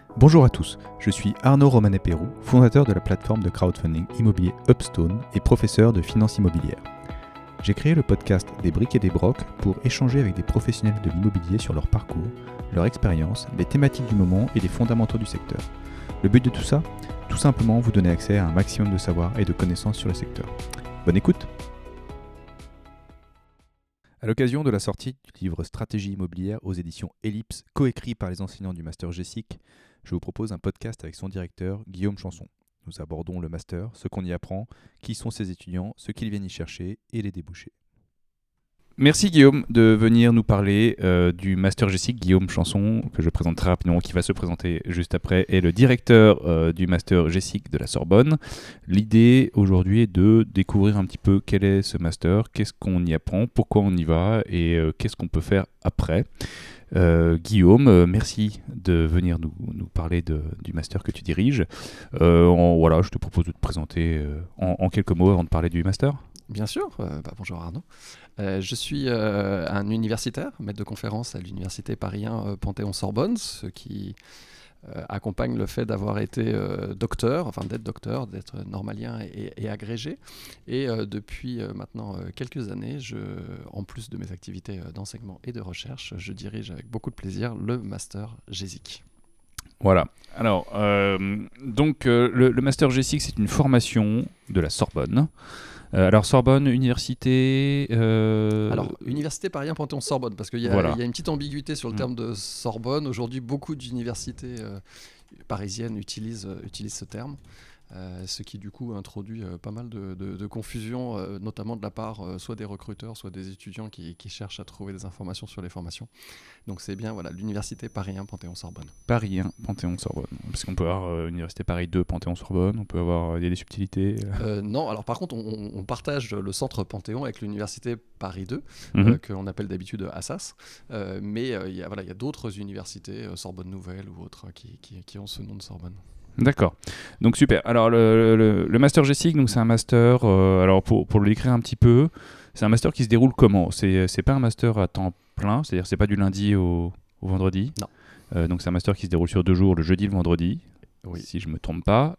Bonjour à tous, je suis Arnaud Romanet-Pérou, fondateur de la plateforme de crowdfunding immobilier Upstone et professeur de finance immobilière. J'ai créé le podcast Des briques et des brocs pour échanger avec des professionnels de l'immobilier sur leur parcours, leur expérience, les thématiques du moment et les fondamentaux du secteur. Le but de tout ça, tout simplement vous donner accès à un maximum de savoir et de connaissances sur le secteur. Bonne écoute! À l'occasion de la sortie du livre Stratégie immobilière aux éditions Ellipse, coécrit par les enseignants du Master GESIC, je vous propose un podcast avec son directeur, Guillaume Chanson. Nous abordons le Master, ce qu'on y apprend, qui sont ses étudiants, ce qu'ils viennent y chercher et les débouchés. Merci Guillaume de venir nous parler du Master GESIC. Guillaume Chanson, que je présente très rapidement, qui va se présenter juste après, est le directeur du Master GESIC de la Sorbonne. L'idée aujourd'hui est de découvrir un petit peu quel est ce Master, qu'est-ce qu'on y apprend, pourquoi on y va et qu'est-ce qu'on peut faire après. Guillaume, merci de venir nous parler du Master que tu diriges. Je te propose de te présenter en quelques mots avant de parler du Master. Bien sûr, bonjour Arnaud. Je suis un universitaire, maître de conférence à l'université Paris 1 Panthéon-Sorbonne, ce qui accompagne le fait d'avoir été d'être normalien et agrégé. Et depuis maintenant quelques années, en plus de mes activités d'enseignement et de recherche, je dirige avec beaucoup de plaisir le Master GESIC. Voilà. Alors, le Master GESIC, c'est une formation de la Sorbonne. Alors Sorbonne, université... Alors, Université Paris 1 Panthéon-Sorbonne, parce qu'il y a une petite ambiguïté sur le terme de Sorbonne. Aujourd'hui, beaucoup d'universités parisiennes utilisent ce terme. Ce qui du coup introduit pas mal de confusion, notamment de la part soit des recruteurs, soit des étudiants qui cherchent à trouver des informations sur les formations. Donc c'est bien l'université Paris 1 Panthéon-Sorbonne. Paris 1 Panthéon-Sorbonne. Parce qu'on peut avoir université Paris 2 Panthéon-Sorbonne, on peut avoir, il y a des subtilités. Non, alors par contre on partage le centre Panthéon avec l'université Paris 2, que l'on appelle d'habitude Assas, mais il y a d'autres universités, Sorbonne Nouvelle ou autres, qui ont ce nom de Sorbonne. D'accord, donc super. Alors le Master GESIC, donc c'est un master, alors pour le décrire un petit peu, c'est un master qui se déroule comment ? C'est pas un master à temps plein, c'est-à-dire c'est pas du lundi au vendredi. Non. Donc c'est un master qui se déroule sur 2 jours, le jeudi et le vendredi, si je me trompe pas.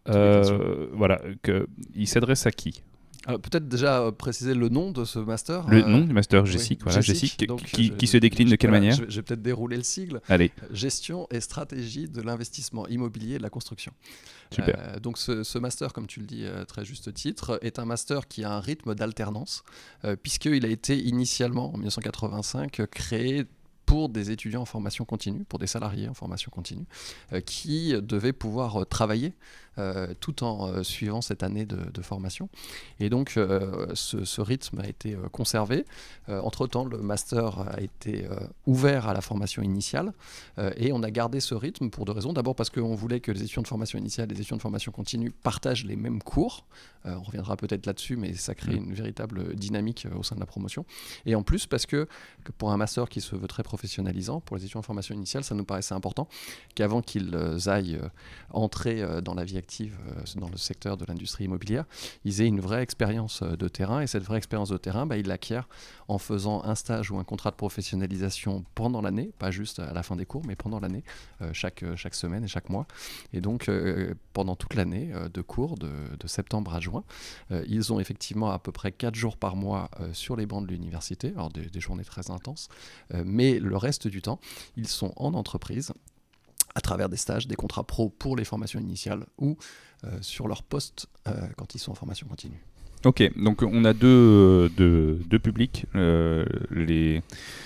Il s'adresse à qui ? Alors, peut-être déjà préciser le nom de ce master. Le nom du Master GESIC, GESIC, qui se décline de quelle manière ? Je vais peut-être dérouler le sigle. Allez. Gestion et stratégie de l'investissement immobilier et de la construction. Super. Donc ce master, comme tu le dis très juste titre, est un master qui a un rythme d'alternance, puisqu'il a été initialement, en 1985, créé pour des étudiants en formation continue, pour des salariés en formation continue, qui devaient pouvoir travailler tout en suivant cette année de formation. Et donc ce rythme a été conservé. Entre-temps, le master a été ouvert à la formation initiale et on a gardé ce rythme pour 2 raisons. D'abord parce qu'on voulait que les étudiants de formation initiale et les étudiants de formation continue partagent les mêmes cours. On reviendra peut-être là-dessus, mais ça crée une véritable dynamique au sein de la promotion. Et en plus parce que pour un master qui se veut très professionnalisant, pour les étudiants en formation initiale, ça nous paraissait important qu'avant qu'ils aillent entrer dans la vie active dans le secteur de l'industrie immobilière, ils aient une vraie expérience de terrain. Et cette vraie expérience de terrain, ils l'acquièrent en faisant un stage ou un contrat de professionnalisation pendant l'année, pas juste à la fin des cours, mais pendant l'année, chaque semaine et chaque mois. Et donc, pendant toute l'année de cours, de septembre à juin, ils ont effectivement à peu près 4 jours par mois sur les bancs de l'université, alors des journées très intenses, mais le reste du temps, ils sont en entreprise, à travers des stages, des contrats pro pour les formations initiales ou sur leur poste quand ils sont en formation continue. Ok, donc on a deux publics, les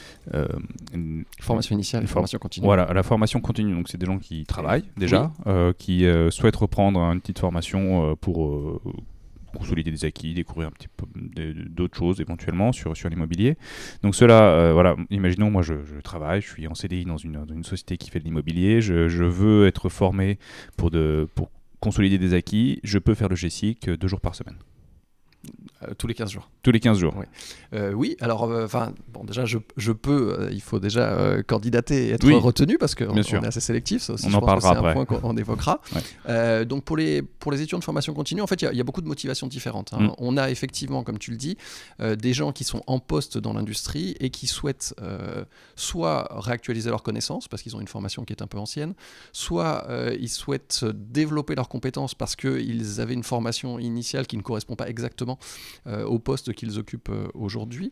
formation initiale et formation continue. Voilà, la formation continue, donc c'est des gens qui travaillent déjà, qui souhaitent reprendre une petite formation pour consolider des acquis, découvrir un petit peu d'autres choses éventuellement sur l'immobilier. Donc cela, imaginons moi je travaille, je suis en CDI dans une société qui fait de l'immobilier, je veux être formé pour consolider des acquis, je peux faire le GESIC 2 jours par semaine. Tous les 15 jours. Tous les 15 jours. Oui, alors, déjà, je peux, il faut déjà candidater et être Oui, retenu parce qu'on sûr. est assez sélectif. Ça aussi, On je en pense que parlera c'est un après. point qu'on évoquera. Donc, pour les étudiants de formation continue, en fait, il y a beaucoup de motivations différentes. On a effectivement, comme tu le dis, des gens qui sont en poste dans l'industrie et qui souhaitent soit réactualiser leurs connaissances parce qu'ils ont une formation qui est un peu ancienne, soit ils souhaitent développer leurs compétences parce qu'ils avaient une formation initiale qui ne correspond pas exactement au poste qu'ils occupent aujourd'hui,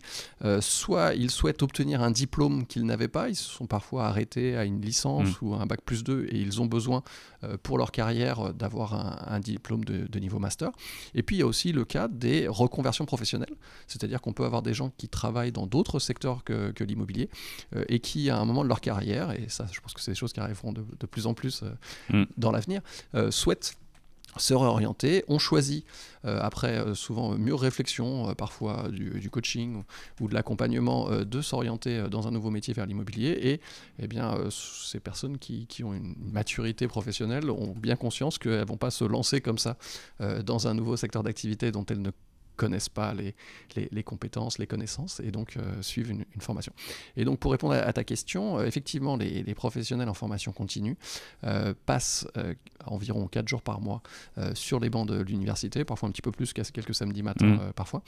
soit ils souhaitent obtenir un diplôme qu'ils n'avaient pas, ils se sont parfois arrêtés à une licence ou un bac+2 et ils ont besoin pour leur carrière d'avoir un diplôme de niveau master. Et puis il y a aussi le cas des reconversions professionnelles, c'est-à-dire qu'on peut avoir des gens qui travaillent dans d'autres secteurs que l'immobilier et qui à un moment de leur carrière, et ça je pense que c'est des choses qui arriveront de plus en plus dans l'avenir, souhaitent se réorienter, on choisit après souvent mûre réflexion, parfois du coaching ou de l'accompagnement, de s'orienter dans un nouveau métier vers l'immobilier et eh bien, ces personnes qui ont une maturité professionnelle ont bien conscience qu'elles ne vont pas se lancer comme ça dans un nouveau secteur d'activité dont elles ne connaissent pas les compétences, les connaissances et donc suivent une formation. Et donc pour répondre à ta question, effectivement les professionnels en formation continue passent environ 4 jours par mois sur les bancs de l'université, parfois un petit peu plus, quelques samedis matins parfois,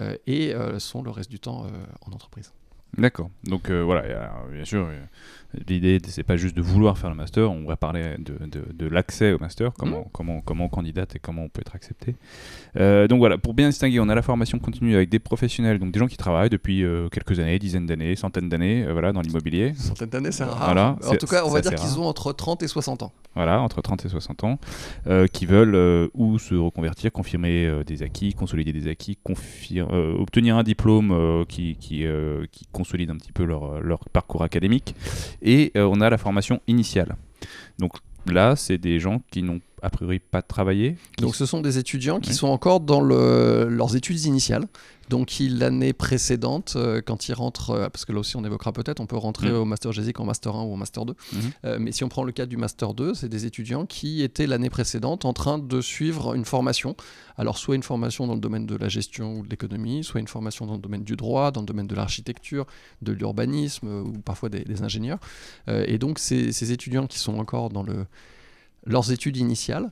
et sont le reste du temps en entreprise. D'accord. Donc voilà, alors, bien sûr, l'idée, c'est pas juste de vouloir faire le master, on va parler de l'accès au master, comment on candidate et comment on peut être accepté. Donc voilà, pour bien distinguer, on a la formation continue avec des professionnels, donc des gens qui travaillent depuis quelques années, dizaines d'années, centaines d'années, voilà, dans l'immobilier. Centaines d'années, c'est rare. Voilà, en tout cas, on va dire qu'ils rare. ont entre 30 et 60 ans. Voilà, entre 30 et 60 ans, qui veulent ou se reconvertir, confirmer des acquis, consolider des acquis, obtenir un diplôme qui consolide un petit peu leur parcours académique. Et on a la formation initiale. Donc là, c'est des gens qui n'ont a priori pas travaillé. Donc ce sont des étudiants qui sont encore dans leurs études initiales. Donc l'année précédente, quand ils rentrent, parce que là aussi on évoquera peut-être, on peut rentrer au Master GESIC en Master 1 ou en Master 2. Mais si on prend le cas du Master 2, c'est des étudiants qui étaient l'année précédente en train de suivre une formation. Alors soit une formation dans le domaine de la gestion ou de l'économie, soit une formation dans le domaine du droit, dans le domaine de l'architecture, de l'urbanisme ou parfois des ingénieurs. Et donc ces étudiants qui sont encore dans leurs études initiales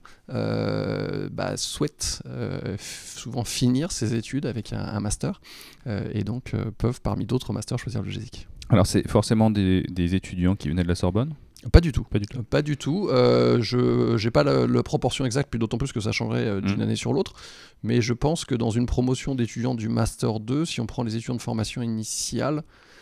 souhaitent souvent finir ces études avec un master et donc peuvent parmi d'autres masters choisir le GESIC. Alors c'est forcément des étudiants qui venaient de la Sorbonne ? Pas du tout. Pas du tout. Je n'ai pas la proportion exacte, puis d'autant plus que ça changerait d'une année sur l'autre. Mais je pense que dans une promotion d'étudiants du Master 2, si on prend les étudiants de formation initiale,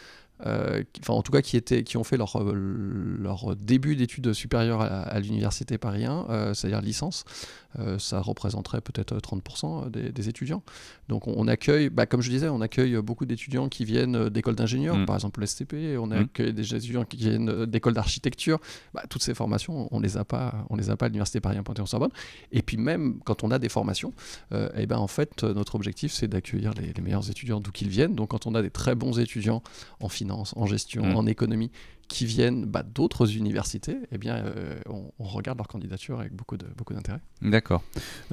en tout cas qui ont fait leur début d'études supérieures à l'université Paris 1, c'est-à-dire licence, ça représenterait peut-être 30% des étudiants. Donc on accueille, comme je disais, on accueille beaucoup d'étudiants qui viennent d'écoles d'ingénieurs, par exemple l'STP, on accueille des étudiants qui viennent d'écoles d'architecture. Toutes ces formations, on les a pas à l'université Paris 1 Panthéon-Sorbonne. Et puis même quand on a des formations, en fait notre objectif c'est d'accueillir les meilleurs étudiants d'où qu'ils viennent. Donc quand on a des très bons étudiants en finance, en gestion, en économie, qui viennent d'autres universités, on regarde leur candidature avec beaucoup d'intérêt. D'accord.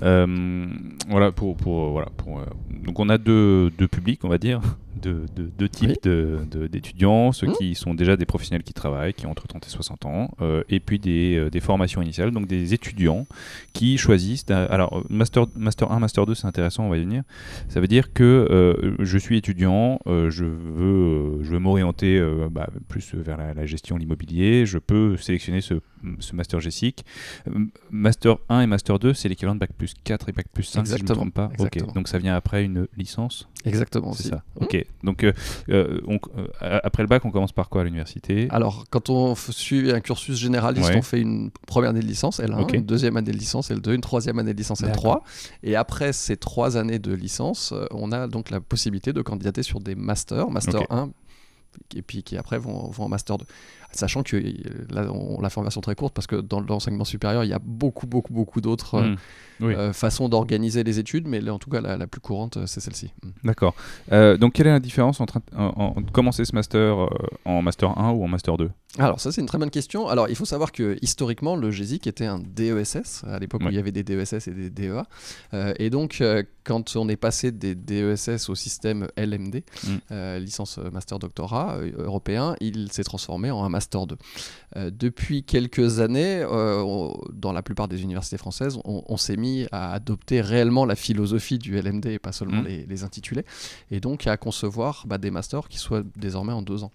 Voilà donc on a deux publics, on va dire, deux types d'étudiants, ceux qui sont déjà des professionnels qui travaillent, qui ont entre 30 et 60 ans, et puis des formations initiales, donc des étudiants qui choisissent. Alors, Master 1, Master 2, c'est intéressant, on va y venir. Ça veut dire que je suis étudiant, je veux m'orienter plus vers la gestion, l'immobilier, je peux sélectionner ce Master GESIC. Master 1 et Master 2, c'est l'équivalent de Bac plus 4 et Bac plus 5, si je ne me trompe pas. Okay. Donc ça vient après une licence ? Exactement. C'est ça. Ok. Donc après le bac, on commence par quoi à l'université ? Alors, quand on suit un cursus généraliste, on fait une première année de licence, L1, une deuxième année de licence, L2, une troisième année de licence, L3. Et après ces 3 années de licence, on a donc la possibilité de candidater sur des masters, Master 1, et puis qui après vont en Master 2. Sachant que là, on l'a fait en version très courte parce que dans l'enseignement supérieur, il y a beaucoup d'autres façons d'organiser les études, mais là, en tout cas, la plus courante, c'est celle-ci. D'accord. Donc, quelle est la différence entre de commencer ce master en master 1 ou en master 2 ? Alors ça c'est une très bonne question. Alors il faut savoir que historiquement le GESIC était un DESS à l'époque où il y avait des DESS et des DEA et donc quand on est passé des DESS au système LMD, licence master doctorat européen, il s'est transformé en un master 2. Depuis quelques années, dans la plupart des universités françaises, on s'est mis à adopter réellement la philosophie du LMD et pas seulement les intitulés, et donc à concevoir des masters qui soient désormais en 2 ans.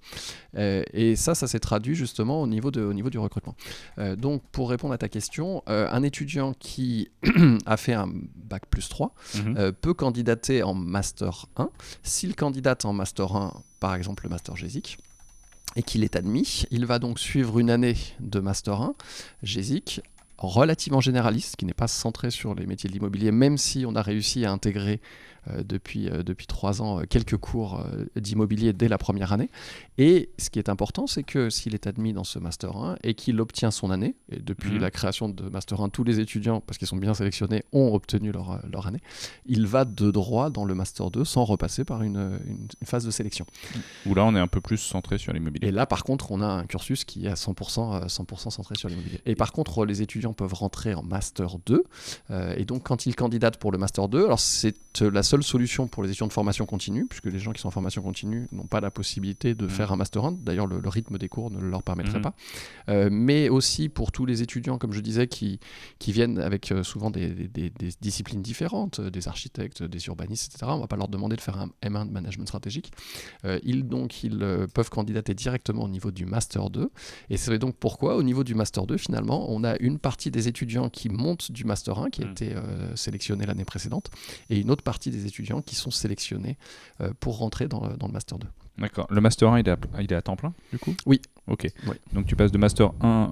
Et ça s'est traduit justement au niveau du recrutement. Donc pour répondre à ta question, un étudiant qui a fait un bac plus 3 peut candidater en master 1. S'il candidate en master 1, par exemple le master GESIC, et qu'il est admis, il va donc suivre une année de master 1 GESIC relativement généraliste, qui n'est pas centré sur les métiers de l'immobilier, même si on a réussi à intégrer depuis 3 ans quelques cours d'immobilier dès la première année. Et ce qui est important, c'est que s'il est admis dans ce Master 1 et qu'il obtient son année, et depuis la création de Master 1, tous les étudiants, parce qu'ils sont bien sélectionnés, ont obtenu leur année, il va de droit dans le Master 2 sans repasser par une phase de sélection. Où là, on est un peu plus centré sur l'immobilier. Et là, par contre, on a un cursus qui est à 100% centré sur l'immobilier. Et par contre, les étudiants peuvent rentrer en Master 2. Et donc, quand ils candidatent pour le Master 2, alors c'est la seule solution pour les étudiants de formation continue, puisque les gens qui sont en formation continue n'ont pas la possibilité de faire un Master 1. D'ailleurs, le rythme des cours ne leur permettrait pas. Mais aussi pour tous les étudiants, comme je disais, qui viennent avec souvent des disciplines différentes, des architectes, des urbanistes, etc. On ne va pas leur demander de faire un M1 de management stratégique. Ils peuvent candidater directement au niveau du Master 2. Et c'est donc pourquoi, au niveau du Master 2, finalement, on a une partie des étudiants qui montent du Master 1, qui a été sélectionné l'année précédente, et une autre partie des étudiants qui sont sélectionnés pour rentrer dans le Master 2. D'accord. Le Master 1, il est à temps plein, du coup ? Oui. Ok. Oui. Donc tu passes de Master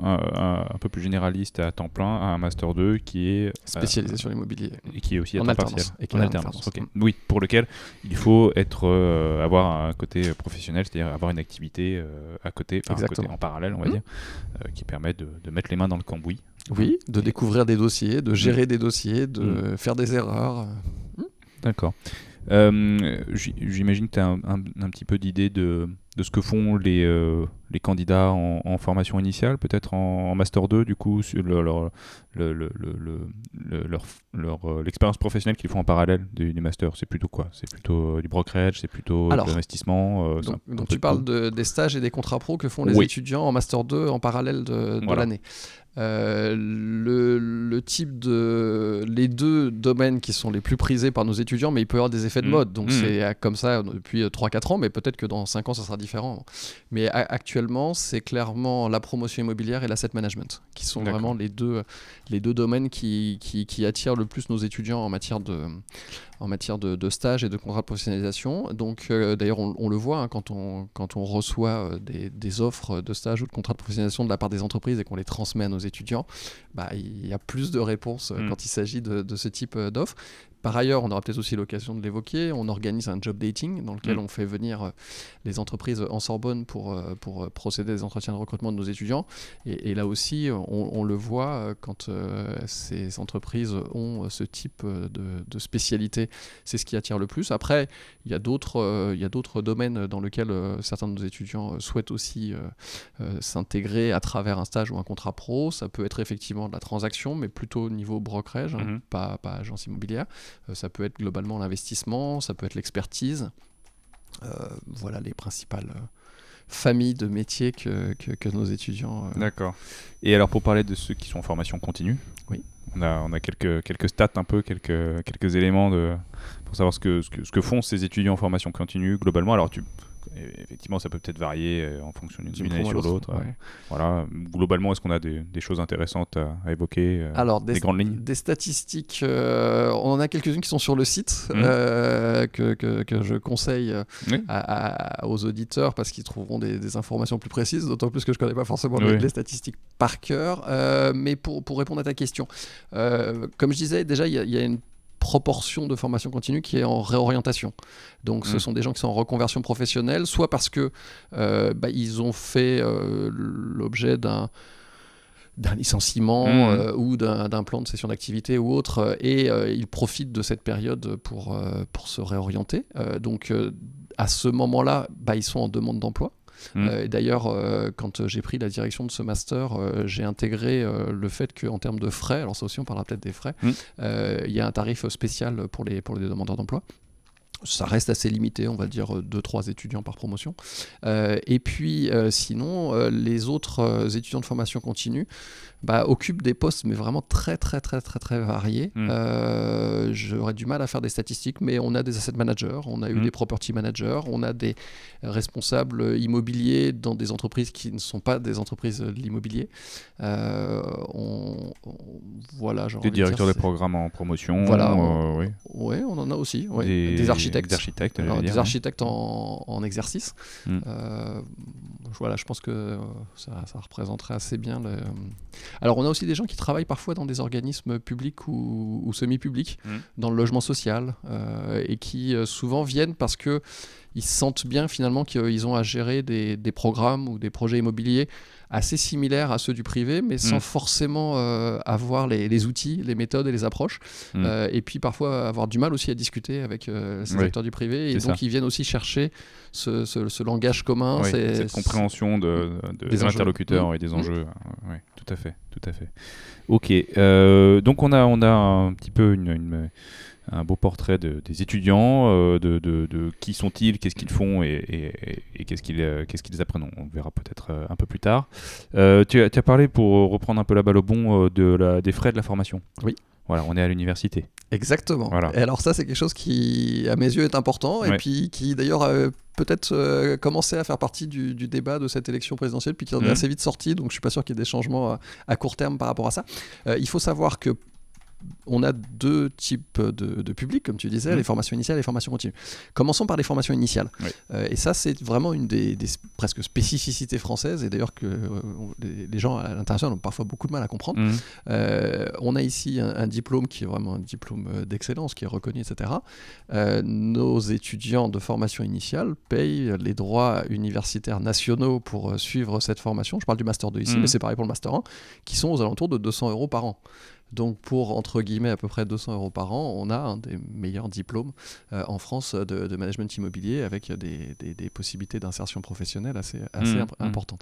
1 un peu plus généraliste à temps plein à un Master 2 qui est spécialisé sur l'immobilier. Et qui est aussi en à temps alternance. partiel. En alternance. Okay. Oui, pour lequel il faut avoir un côté professionnel, c'est-à-dire avoir une activité à côté, en parallèle, on va dire, qui permet de mettre les mains dans le cambouis. Oui, de découvrir des dossiers, de gérer des dossiers, de faire des erreurs. D'accord. J'imagine que tu as un petit peu d'idée de ce que font les candidats en formation initiale, peut-être en Master 2, du coup, sur l'expérience professionnelle qu'ils font en parallèle du Master. C'est plutôt quoi ? C'est plutôt du brokerage, c'est plutôt de l'investissement donc tu parles des stages et des contrats pro que font les étudiants en Master 2 en parallèle de l'année. Le type les 2 domaines qui sont les plus prisés par nos étudiants, mais il peut y avoir des effets de mode, donc c'est comme ça depuis 3-4 ans, mais peut-être que dans 5 ans ça sera différent. Mais actuellement c'est clairement la promotion immobilière et l'asset management qui sont vraiment les deux domaines qui attirent le plus nos étudiants en matière de stage et de contrat de professionnalisation. Donc d'ailleurs on le voit quand on reçoit des offres de stage ou de contrat de professionnalisation de la part des entreprises et qu'on les transmet à nos étudiants, il y a plus de réponses quand il s'agit de ce type d'offres. Par ailleurs, on aura peut-être aussi l'occasion de l'évoquer, on organise un job dating dans lequel on fait venir les entreprises en Sorbonne pour procéder à des entretiens de recrutement de nos étudiants. Et là aussi, on le voit quand ces entreprises ont ce type de spécialité, c'est ce qui attire le plus. Après, il y a d'autres domaines dans lesquels certains de nos étudiants souhaitent aussi s'intégrer à travers un stage ou un contrat pro. Ça peut être effectivement de la transaction, mais plutôt au niveau brokerage, pas agence immobilière. Ça peut être globalement l'investissement, ça peut être l'expertise. Voilà les principales familles de métiers que nos étudiants... D'accord. Et alors pour parler de ceux qui sont en formation continue, on a quelques stats un peu, quelques éléments pour savoir ce que font ces étudiants en formation continue globalement. Alors effectivement, ça peut peut-être varier en fonction d'une année sur l'autre. Voilà. Globalement, est-ce qu'on a des choses intéressantes à évoquer, Alors, des grandes lignes ? Des statistiques, on en a quelques-unes qui sont sur le site que je conseille aux auditeurs parce qu'ils trouveront des informations plus précises, d'autant plus que je ne connais pas forcément les statistiques par cœur. Mais pour répondre à ta question, comme je disais, déjà, il y a une proportion de formation continue qui est en réorientation. Donc ce sont des gens qui sont en reconversion professionnelle, soit parce que ils ont fait l'objet d'un licenciement ou d'un plan de cession d'activité ou autre, et ils profitent de cette période pour se réorienter. Donc à ce moment-là, ils sont en demande d'emploi. D'ailleurs, quand j'ai pris la direction de ce master, j'ai intégré le fait qu'en termes de frais, alors ça aussi on parlera peut-être des frais, il y a un tarif spécial pour les demandeurs d'emploi. Ça reste assez limité, on va dire 2-3 étudiants par promotion. Et puis sinon, les autres étudiants de formation continue occupent des postes, mais vraiment très très très très très variés. J'aurais du mal à faire des statistiques, mais on a des asset managers, on a eu des property managers, on a des responsables immobiliers dans des entreprises qui ne sont pas des entreprises de l'immobilier. Voilà, des directeurs de programmes en promotion. Voilà, oui, on en a aussi. Ouais. Des architectes. Des architectes en exercice. Voilà, je pense que ça représenterait assez bien le... Alors on a aussi des gens qui travaillent parfois dans des organismes publics ou semi-publics, dans le logement social, et qui souvent viennent parce que ils sentent bien finalement qu'ils ont à gérer des programmes ou des projets immobiliers assez similaires à ceux du privé, mais sans forcément avoir les outils, les méthodes et les approches. Et puis parfois avoir du mal aussi à discuter avec ces acteurs du privé. Et donc ils viennent aussi chercher ce langage commun. Cette compréhension des interlocuteurs et des enjeux. Oui, tout à fait. Ok, donc on a un petit peu un beau portrait des étudiants, de qui sont-ils, qu'est-ce qu'ils font et qu'est-ce qu'ils apprennent. On verra peut-être un peu plus tard. Tu as parlé, pour reprendre un peu la balle au bon, des frais de la formation. Oui. Voilà, on est à l'université. Exactement. Voilà. Et alors ça, c'est quelque chose qui, à mes yeux, est important, et puis qui d'ailleurs peut-être commencé à faire partie du débat de cette élection présidentielle, puis qui en est assez vite sorti, donc je suis pas sûr qu'il y ait des changements à court terme par rapport à ça. Il faut savoir que on a deux types de publics, comme tu disais, les formations initiales et les formations continues. Commençons par les formations initiales. Et ça, c'est vraiment une des presque spécificités françaises, et d'ailleurs que les gens à l'international ont parfois beaucoup de mal à comprendre. On a ici un diplôme qui est vraiment un diplôme d'excellence, qui est reconnu, etc. Nos étudiants de formation initiale payent les droits universitaires nationaux pour suivre cette formation. Je parle du Master 2 ici, mais c'est pareil pour le Master 1, qui sont aux alentours de 200 € par an. Donc pour, entre guillemets, à peu près 200 € par an, on a un des meilleurs diplômes en France de management immobilier, avec des possibilités d'insertion professionnelle assez importantes.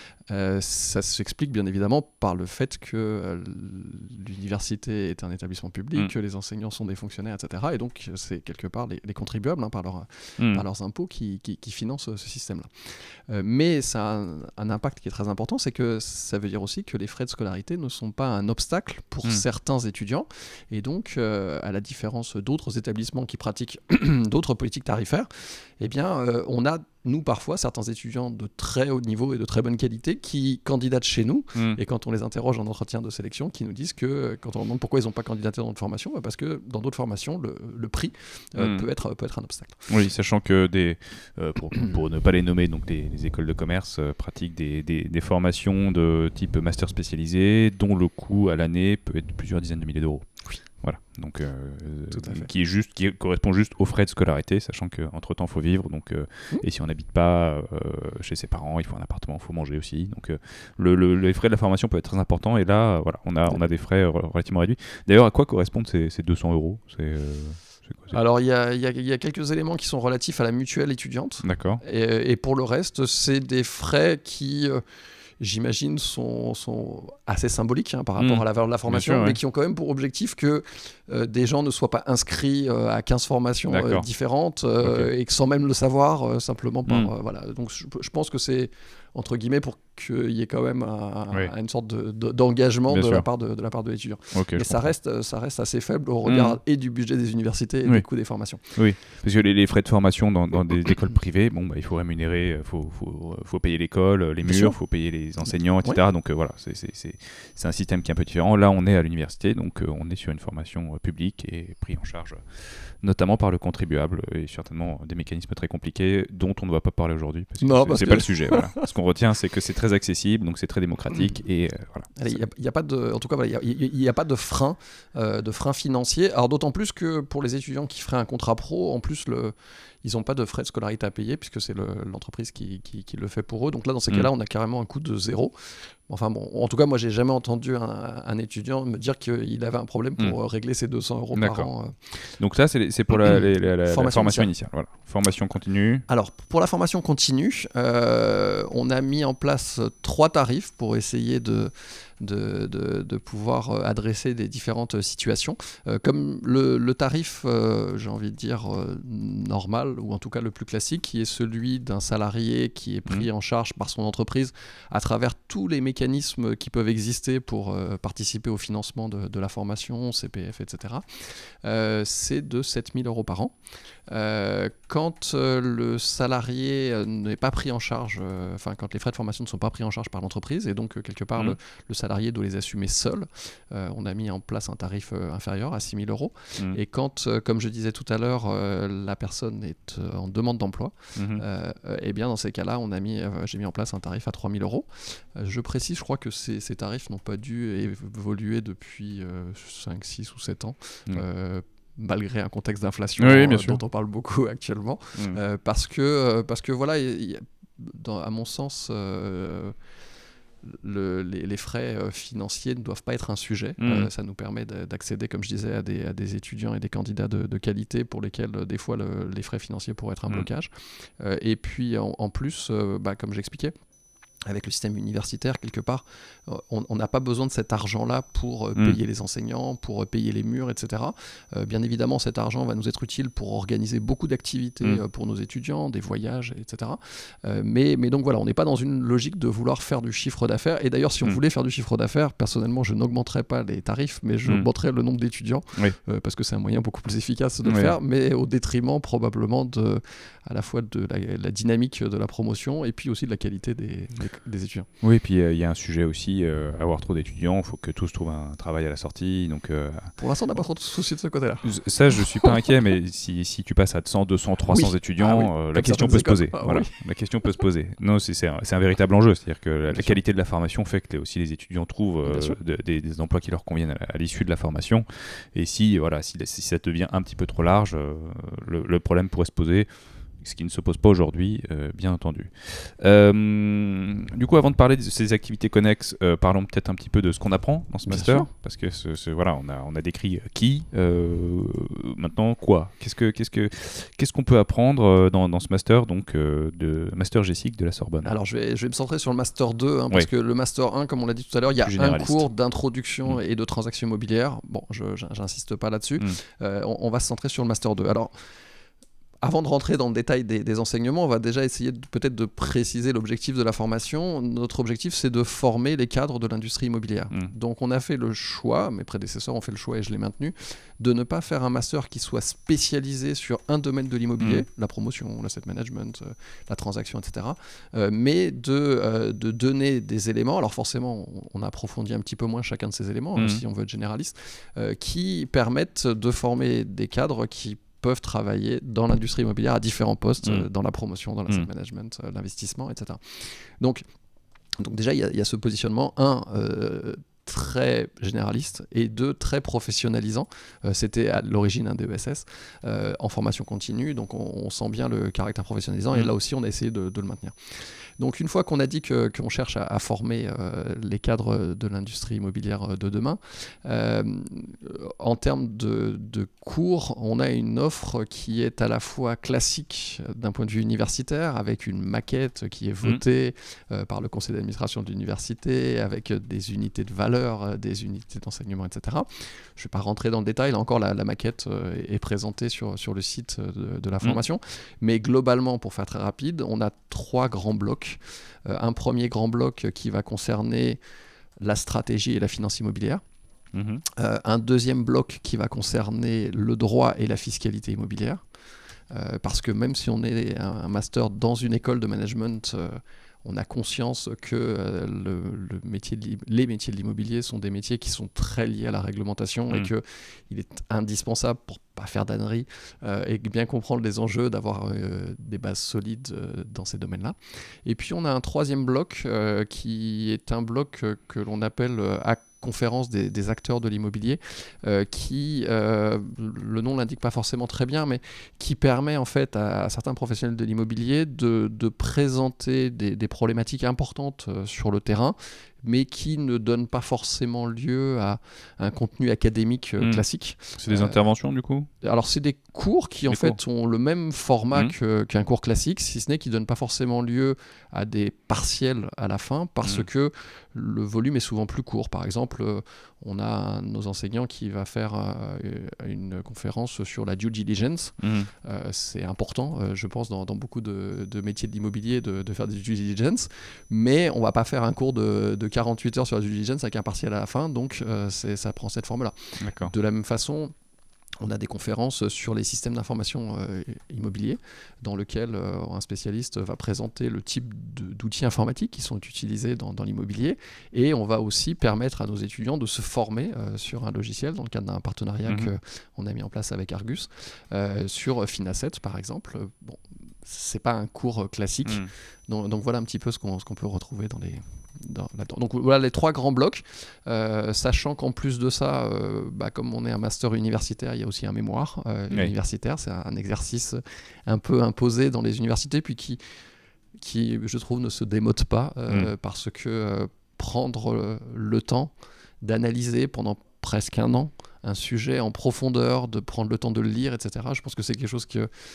Ça s'explique bien évidemment par le fait que l'université est un établissement public, que les enseignants sont des fonctionnaires, etc. Et donc c'est quelque part les contribuables, par leurs impôts qui financent ce système-là. Mais ça a un impact qui est très important, c'est que ça veut dire aussi que les frais de scolarité ne sont pas un obstacle pour certains étudiants, et donc à la différence d'autres établissements qui pratiquent d'autres politiques tarifaires, eh bien on a nous parfois certains étudiants de très haut niveau et de très bonne qualité qui candidatent chez nous, et quand on les interroge en entretien de sélection, qui nous disent que quand on leur demande pourquoi ils n'ont pas candidaté dans d'autres formations, parce que dans d'autres formations le prix peut être un obstacle. Oui, sachant que pour ne pas les nommer, donc les écoles de commerce pratiquent des formations de type master spécialisé, dont le coût à l'année peut être plusieurs dizaines de milliers d'euros. Oui. Voilà, donc qui correspond juste aux frais de scolarité, sachant qu'entre temps il faut vivre, donc et si on n'habite pas chez ses parents, il faut un appartement, il faut manger aussi, donc les frais de la formation peuvent être très importants, et là voilà, on a des frais relativement réduits. D'ailleurs, à quoi correspondent ces 200 €? Alors il y a quelques éléments qui sont relatifs à la mutuelle étudiante. D'accord. Et pour le reste, c'est des frais qui j'imagine sont assez symboliques par rapport à la valeur de la formation, sûr, mais qui ont quand même pour objectif que des gens ne soient pas inscrits à 15 formations différentes, et que sans même le savoir, simplement par... voilà. Donc je pense que c'est, entre guillemets, pour qu'il y ait quand même une sorte d'engagement de la part de l'étudiant. Mais ça reste assez faible au regard et du budget des universités et du coût des formations. Oui, parce que les frais de formation dans des écoles privées, il faut rémunérer, faut payer l'école, les murs, il faut payer les enseignants, etc. Donc voilà, c'est un système qui est un peu différent. Là, on est à l'université, donc on est sur une formation publique et pris en charge notamment par le contribuable, et certainement des mécanismes très compliqués dont on ne va pas parler aujourd'hui, parce que c'est pas le sujet. Voilà. Ce qu'on retient, c'est que c'est très accessible, donc c'est très démocratique. Et voilà. Il n'y a pas de, en tout cas, voilà, il y a pas de frein financier. Alors d'autant plus que pour les étudiants qui feraient un contrat pro, en plus ils n'ont pas de frais de scolarité à payer puisque c'est l'entreprise qui le fait pour eux. Donc là, dans ces cas-là, on a carrément un coût de 0. Enfin bon, en tout cas, moi, j'ai jamais entendu un étudiant me dire qu'il avait un problème pour régler ses 200 euros par an. Donc ça, c'est pour la formation initiale. Voilà. Formation continue. Alors, pour la formation continue, on a mis en place 3 tarifs pour essayer de pouvoir adresser des différentes situations. Comme le tarif, j'ai envie de dire, normal, ou en tout cas le plus classique, qui est celui d'un salarié qui est pris en charge par son entreprise à travers tous les mécanismes qui peuvent exister pour participer au financement de la formation, CPF, etc. C'est de 7 000 euros par an. Quand le salarié n'est pas pris en charge, quand les frais de formation ne sont pas pris en charge par l'entreprise, et donc quelque part le salarié doit les assumer seul, on a mis en place un tarif inférieur à 6 000 euros. Et quand, comme je disais tout à l'heure, la personne est en demande d'emploi, et bien dans ces cas-là, j'ai mis en place un tarif à 3 000 euros. Je précise, je crois que ces tarifs n'ont pas dû évoluer depuis 5, 6 ou 7 ans. Malgré un contexte d'inflation dont on parle beaucoup actuellement, parce que voilà, à mon sens, les frais financiers ne doivent pas être un sujet. Ça nous permet d'accéder, comme je disais, à des étudiants et des candidats de qualité pour lesquels des fois les frais financiers pourraient être un blocage. Et puis en plus, comme j'expliquais, avec le système universitaire, quelque part, on n'a pas besoin de cet argent-là pour payer les enseignants, pour payer les murs, etc. Bien évidemment, cet argent va nous être utile pour organiser beaucoup d'activités pour nos étudiants, des voyages, etc. Mais donc voilà, on n'est pas dans une logique de vouloir faire du chiffre d'affaires. Et d'ailleurs, si on voulait faire du chiffre d'affaires, personnellement, je n'augmenterais pas les tarifs, mais j'augmenterais le nombre d'étudiants, parce que c'est un moyen beaucoup plus efficace de le faire, mais au détriment probablement à la fois de la dynamique de la promotion et puis aussi de la qualité des étudiants. Oui, et puis il y a un sujet aussi, avoir trop d'étudiants, il faut que tous trouvent un travail à la sortie. Donc, pour l'instant, on n'a pas trop de soucis de ce côté-là. Ça, je ne suis pas inquiet, mais si tu passes à 100, 200, 300 étudiants, la question peut se poser. La question peut se poser. Non, c'est un véritable enjeu, c'est-à-dire que la qualité de la formation fait que aussi les étudiants trouvent des emplois qui leur conviennent à l'issue de la formation. Et si ça devient un petit peu trop large, le problème pourrait se poser. Ce qui ne se pose pas aujourd'hui, bien entendu. Du coup, avant de parler de ces activités connexes, parlons peut-être un petit peu de ce qu'on apprend dans ce master, parce que voilà, on a décrit qui, maintenant quoi. Qu'est-ce qu'on peut apprendre dans ce master, donc de master GESIC de la Sorbonne. Alors, je vais me centrer sur le master 2, parce que le master 1, comme on l'a dit tout à l'heure, il y a un cours d'introduction et de transactions immobilières. Bon, j'insiste pas là-dessus. On va se centrer sur le master 2. Alors, avant de rentrer dans le détail des enseignements, on va déjà essayer peut-être de préciser l'objectif de la formation. Notre objectif, c'est de former les cadres de l'industrie immobilière. Donc on a fait le choix, mes prédécesseurs ont fait le choix et je l'ai maintenu, de ne pas faire un master qui soit spécialisé sur un domaine de l'immobilier, la promotion, l'asset management, la transaction, etc. Mais de donner des éléments, alors forcément on approfondit un petit peu moins chacun de ces éléments, si on veut être généraliste, qui permettent de former des cadres qui peuvent travailler dans l'industrie immobilière à différents postes, dans la promotion, dans l'asset management, l'investissement, etc. Donc déjà, il y a ce positionnement, très généraliste, et 2, très professionnalisant. C'était à l'origine un DESS en formation continue, donc on sent bien le caractère professionnalisant, et là aussi, on a essayé de le maintenir. Donc une fois qu'on a dit qu'on cherche à former les cadres de l'industrie immobilière de demain, en termes de cours, on a une offre qui est à la fois classique d'un point de vue universitaire, avec une maquette qui est votée par le conseil d'administration de l'université, avec des unités de valeur, des unités d'enseignement, etc. Je ne vais pas rentrer dans le détail, là encore la maquette est présentée sur le site de la formation, mais globalement, pour faire très rapide, on a 3 grands blocs. Un premier grand bloc qui va concerner la stratégie et la finance immobilière. Un deuxième bloc qui va concerner le droit et la fiscalité immobilière. Parce que même si on est un master dans une école de management, on a conscience que les métiers de l'immobilier sont des métiers qui sont très liés à la réglementation et qu'il est indispensable pour pas faire d'âneries et bien comprendre les enjeux, d'avoir des bases solides dans ces domaines-là. Et puis on a un troisième bloc qui est un bloc que l'on appelle conférence des acteurs de l'immobilier, qui, le nom l'indique pas forcément très bien, mais qui permet en fait à certains professionnels de l'immobilier de présenter des problématiques importantes sur le terrain, mais qui ne donne pas forcément lieu à un contenu académique classique. C'est des interventions du coup ? Alors c'est des cours qui en fait ont le même format qu'un cours classique, si ce n'est qu'ils ne donnent pas forcément lieu à des partiels à la fin, parce que le volume est souvent plus court. Par exemple, on a un de nos enseignants qui va faire une conférence sur la due diligence. C'est important, je pense, dans beaucoup de métiers de l'immobilier de faire des due diligence, mais on ne va pas faire un cours de 48 heures sur la due diligence avec un partiel à la fin, donc ça prend cette forme-là. D'accord. De la même façon, on a des conférences sur les systèmes d'information immobiliers dans lesquelles un spécialiste va présenter le type d'outils informatiques qui sont utilisés dans l'immobilier, et on va aussi permettre à nos étudiants de se former sur un logiciel dans le cadre d'un partenariat qu'on a mis en place avec Argus sur Finasset par exemple. Bon, c'est pas un cours classique, donc voilà un petit peu ce qu'on peut retrouver là-dedans. Donc voilà les trois grands blocs, sachant qu'en plus de ça, comme on est un master universitaire, il y a aussi un mémoire universitaire. C'est un exercice un peu imposé dans les universités, puis qui je trouve ne se démode pas, parce que prendre le temps d'analyser pendant presque un an un sujet en profondeur, de prendre le temps de le lire, etc., je pense que c'est quelque chose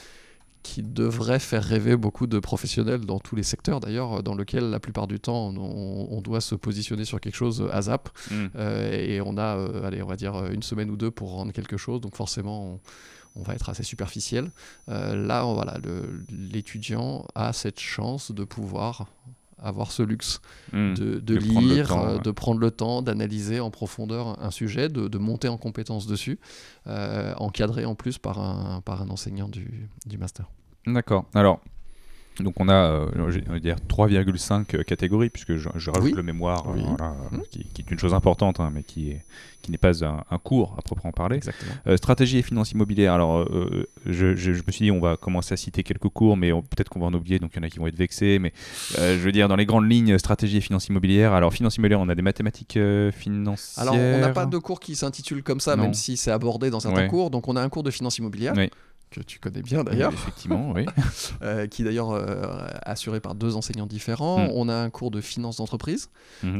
qui devrait faire rêver beaucoup de professionnels dans tous les secteurs d'ailleurs, dans lequel la plupart du temps on doit se positionner sur quelque chose à zap, et on a on va dire une semaine ou deux pour rendre quelque chose, donc forcément on va être assez superficiel. Là voilà, l'étudiant a cette chance de pouvoir avoir ce luxe de lire, de prendre le temps, d'analyser en profondeur un sujet, de monter en compétence dessus, encadré en plus par un enseignant du master. D'accord. Alors, donc on a, je vais dire 3,5 catégories, puisque je rajoute le mémoire, qui est une chose importante, mais qui n'est pas un cours à proprement parler. Exactement. Stratégie et finance immobilière. Alors, je me suis dit, on va commencer à citer quelques cours, mais peut-être qu'on va en oublier, donc il y en a qui vont être vexés. Mais je veux dire, dans les grandes lignes, stratégie et finance immobilière. Alors, finance immobilière, on a des mathématiques financières. Alors, on n'a pas de cours qui s'intitule comme ça, même si c'est abordé dans certains cours. Donc, on a un cours de finance immobilière. Que tu connais bien d'ailleurs. Effectivement, oui. Qui est d'ailleurs assuré par deux enseignants différents. On a un cours de finance d'entreprise. On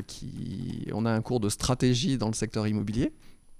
a un cours de stratégie dans le secteur immobilier.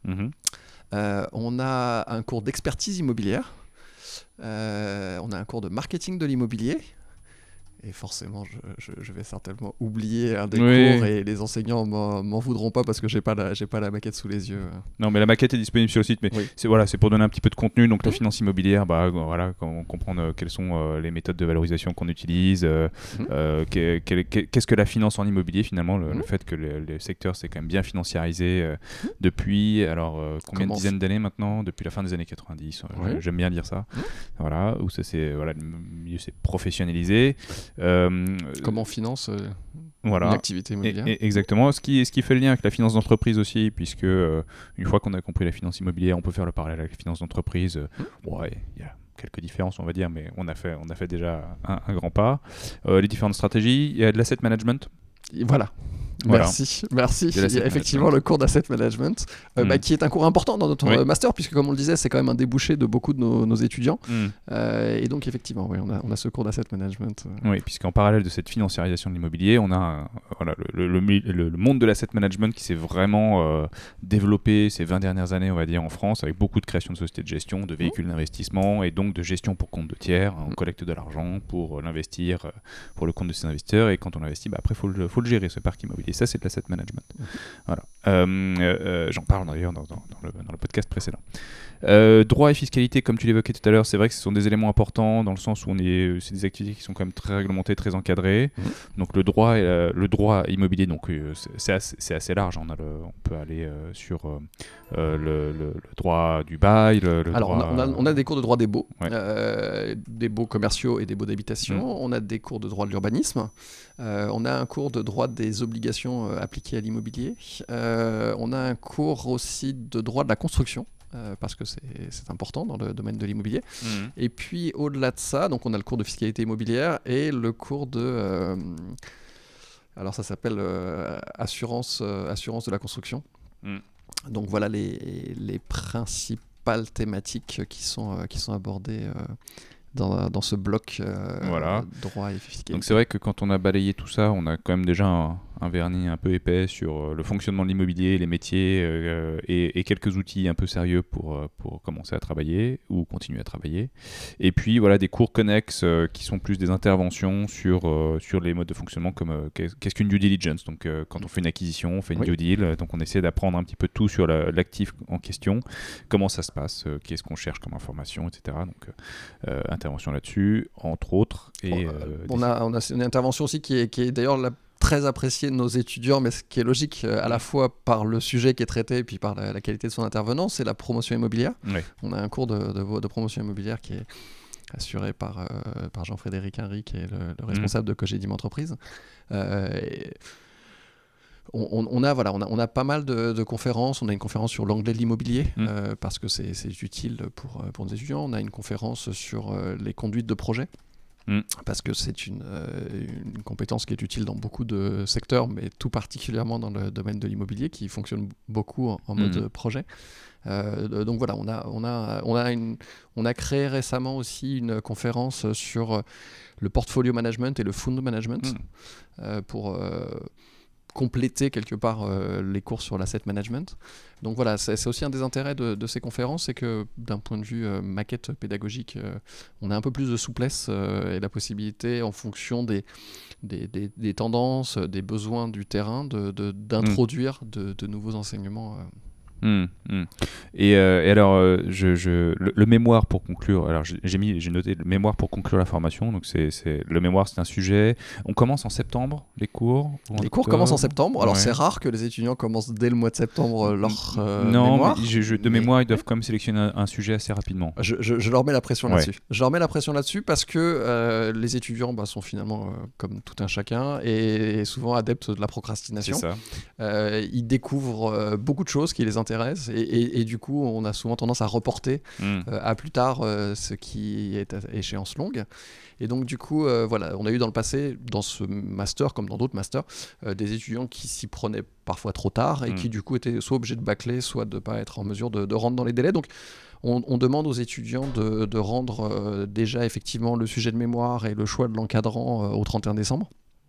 On a un cours d'expertise immobilière. On a un cours de marketing de l'immobilier. Et forcément, je vais certainement oublier un des cours, et les enseignants m'en voudront pas parce que j'ai pas la maquette sous les yeux. Non, mais la maquette est disponible sur le site, mais c'est pour donner un petit peu de contenu. Donc la finance immobilière, on comprend quelles sont les méthodes de valorisation qu'on utilise, qu'est-ce que la finance en immobilier finalement, le fait que le secteur s'est quand même bien financiarisé depuis, combien de dizaines d'années maintenant, depuis la fin des années 90, j'aime bien dire ça. Voilà, où ça le milieu s'est professionnalisé. Comment on finance une activité immobilière. Exactement. Ce qui fait le lien avec la finance d'entreprise aussi, puisque une fois qu'on a compris la finance immobilière, on peut faire le parallèle avec la finance d'entreprise. Il y a quelques différences, on va dire, mais on a fait déjà un grand pas. Les différentes stratégies, il y a de l'asset management. Voilà. Merci. Il y a effectivement le cours d'asset management, qui est un cours important dans notre master, puisque comme on le disait, c'est quand même un débouché de beaucoup de nos étudiants. Et donc effectivement, on a ce cours d'asset management. Oui, puisqu'en parallèle de cette financiarisation de l'immobilier, on a le monde de l'asset management qui s'est vraiment développé ces 20 dernières années, on va dire, en France, avec beaucoup de création de sociétés de gestion, de véhicules d'investissement, et donc de gestion pour compte de tiers. On collecte de l'argent pour l'investir pour le compte de ses investisseurs, et quand on investit, après, faut le gérer, ce parc immobilier. Et ça, c'est de l'asset management. Voilà. J'en parle d'ailleurs dans le podcast précédent. Droit et fiscalité, comme tu l'évoquais tout à l'heure, c'est vrai que ce sont des éléments importants dans le sens où c'est des activités qui sont quand même très réglementées, très encadrées. Donc le droit immobilier, donc c'est assez large. On peut aller sur le droit du bail. On a des cours de droit des baux, des baux commerciaux et des baux d'habitation. On a des cours de droit de l'urbanisme. On a un cours de droit des obligations appliquées à l'immobilier. On a un cours aussi de droit de la construction. parce que c'est important dans le domaine de l'immobilier. Mhm. Et puis au-delà de ça, donc on a le cours de fiscalité immobilière et le cours de... alors ça s'appelle assurance de la construction. Mhm. Donc voilà les principales thématiques qui sont abordées dans ce bloc Voilà. droit et fiscalité. Donc c'est vrai que quand on a balayé tout ça, on a quand même déjà un vernis un peu épais sur le fonctionnement de l'immobilier, les métiers et quelques outils un peu sérieux pour commencer à travailler ou continuer à travailler. Et puis voilà des cours connexes qui sont plus des interventions sur les modes de fonctionnement comme qu'est-ce qu'une due diligence. Donc quand on fait une acquisition, on fait une Oui. due deal, donc on essaie d'apprendre un petit peu tout sur l'actif en question, comment ça se passe, qu'est-ce qu'on cherche comme information, etc. Donc intervention là-dessus, entre autres. Et, on a une intervention aussi qui est d'ailleurs très appréciée de nos étudiants, mais ce qui est logique à la fois par le sujet qui est traité et puis par la qualité de son intervenant, c'est la promotion immobilière. Ouais. On a un cours de promotion immobilière qui est assuré par Jean-Frédéric Henry, qui est le responsable de Cogedim Entreprise. On a pas mal de conférences. On a une conférence sur l'anglais de l'immobilier parce que c'est utile pour nos étudiants. On a une conférence sur les conduites de projet. Parce que c'est une compétence qui est utile dans beaucoup de secteurs, mais tout particulièrement dans le domaine de l'immobilier qui fonctionne beaucoup en mode projet. Donc voilà, on a créé récemment aussi une conférence sur le portfolio management et le fund management pour compléter quelque part les cours sur l'asset management. Donc voilà, c'est aussi un des intérêts de ces conférences, c'est que d'un point de vue maquette pédagogique, on a un peu plus de souplesse et la possibilité, en fonction des tendances, des besoins du terrain, d'introduire de nouveaux enseignements. Et alors, le mémoire pour conclure. Alors, j'ai noté le mémoire pour conclure la formation. Donc, le mémoire, c'est un sujet. On commence en septembre les cours. Les cours commencent en septembre. Alors, c'est rare que les étudiants commencent dès le mois de septembre leur mémoire. Non, mais de mémoire, ils doivent quand même sélectionner un sujet assez rapidement. Je leur mets la pression là-dessus. Je leur mets la pression là-dessus parce que les étudiants sont finalement comme tout un chacun et souvent adeptes de la procrastination. C'est ça. Ils découvrent beaucoup de choses qui les intéressent et du coup on a souvent tendance à reporter à plus tard ce qui est à échéance longue. Et donc du coup voilà, on a eu dans le passé, dans ce master comme dans d'autres masters, des étudiants qui s'y prenaient parfois trop tard et qui du coup étaient soit obligés de bâcler, soit de ne pas être en mesure de rentrer dans les délais. Donc on demande aux étudiants de rendre déjà effectivement le sujet de mémoire et le choix de l'encadrant au 31 décembre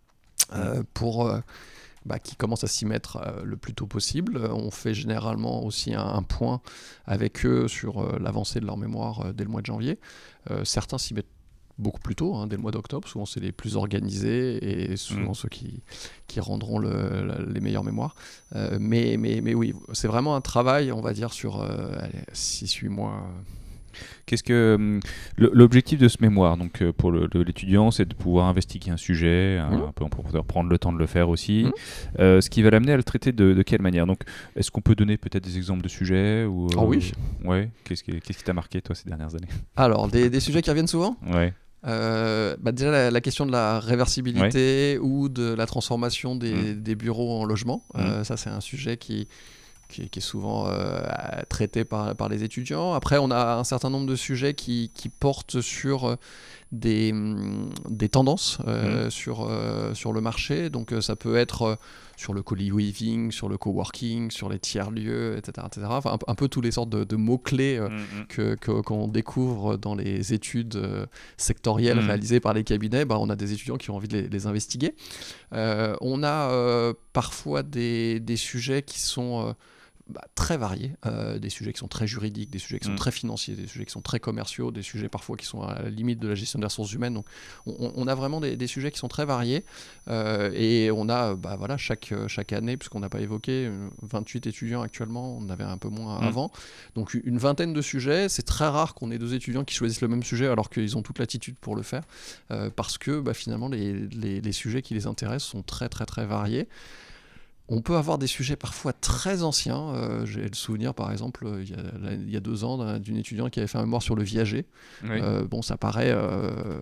pour qui commencent à s'y mettre le plus tôt possible. On fait généralement aussi un point avec eux sur l'avancée de leur mémoire dès le mois de janvier. Certains s'y mettent beaucoup plus tôt, dès le mois d'octobre. Souvent, c'est les plus organisés et souvent ceux qui rendront les meilleures mémoires. Mais oui, c'est vraiment un travail, on va dire, sur 6-8 mois. Qu'est-ce que l'objectif de ce mémoire, donc pour l'étudiant, c'est de pouvoir investiguer un sujet un peu en profondeur, prendre le temps de le faire aussi. Ce qui va l'amener à le traiter de quelle manière? Donc, est-ce qu'on peut donner peut-être des exemples de sujets ou oui. Ouais. Qu'est-ce qui t'a marqué toi ces dernières années? Alors, des sujets qui reviennent souvent. Ouais. Déjà la question de la réversibilité ou de la transformation des bureaux en logement. Ça, c'est un sujet qui est souvent traité par les étudiants. Après, on a un certain nombre de sujets qui portent sur des tendances sur le marché. Donc ça peut être sur le co-living, sur le coworking, sur les tiers-lieux, etc. Enfin, un peu tous les sortes de mots-clés qu'on découvre dans les études sectorielles réalisées par les cabinets. On a des étudiants qui ont envie de les investiguer. On a parfois des sujets qui sont très variés, des sujets qui sont très juridiques, des sujets qui sont très financiers, des sujets qui sont très commerciaux, des sujets parfois qui sont à la limite de la gestion des ressources humaines. Donc on a vraiment des sujets qui sont très variés et on a chaque année, puisqu'on n'a pas évoqué 28 étudiants actuellement, on en avait un peu moins avant, donc une vingtaine de sujets. C'est très rare qu'on ait 2 étudiants qui choisissent le même sujet alors qu'ils ont toute l'attitude pour le faire parce que finalement les sujets qui les intéressent sont très très très variés. On peut avoir des sujets parfois très anciens. J'ai le souvenir, par exemple, il y a 2 ans, d'une étudiante qui avait fait un mémoire sur le viager. Oui. Ça paraît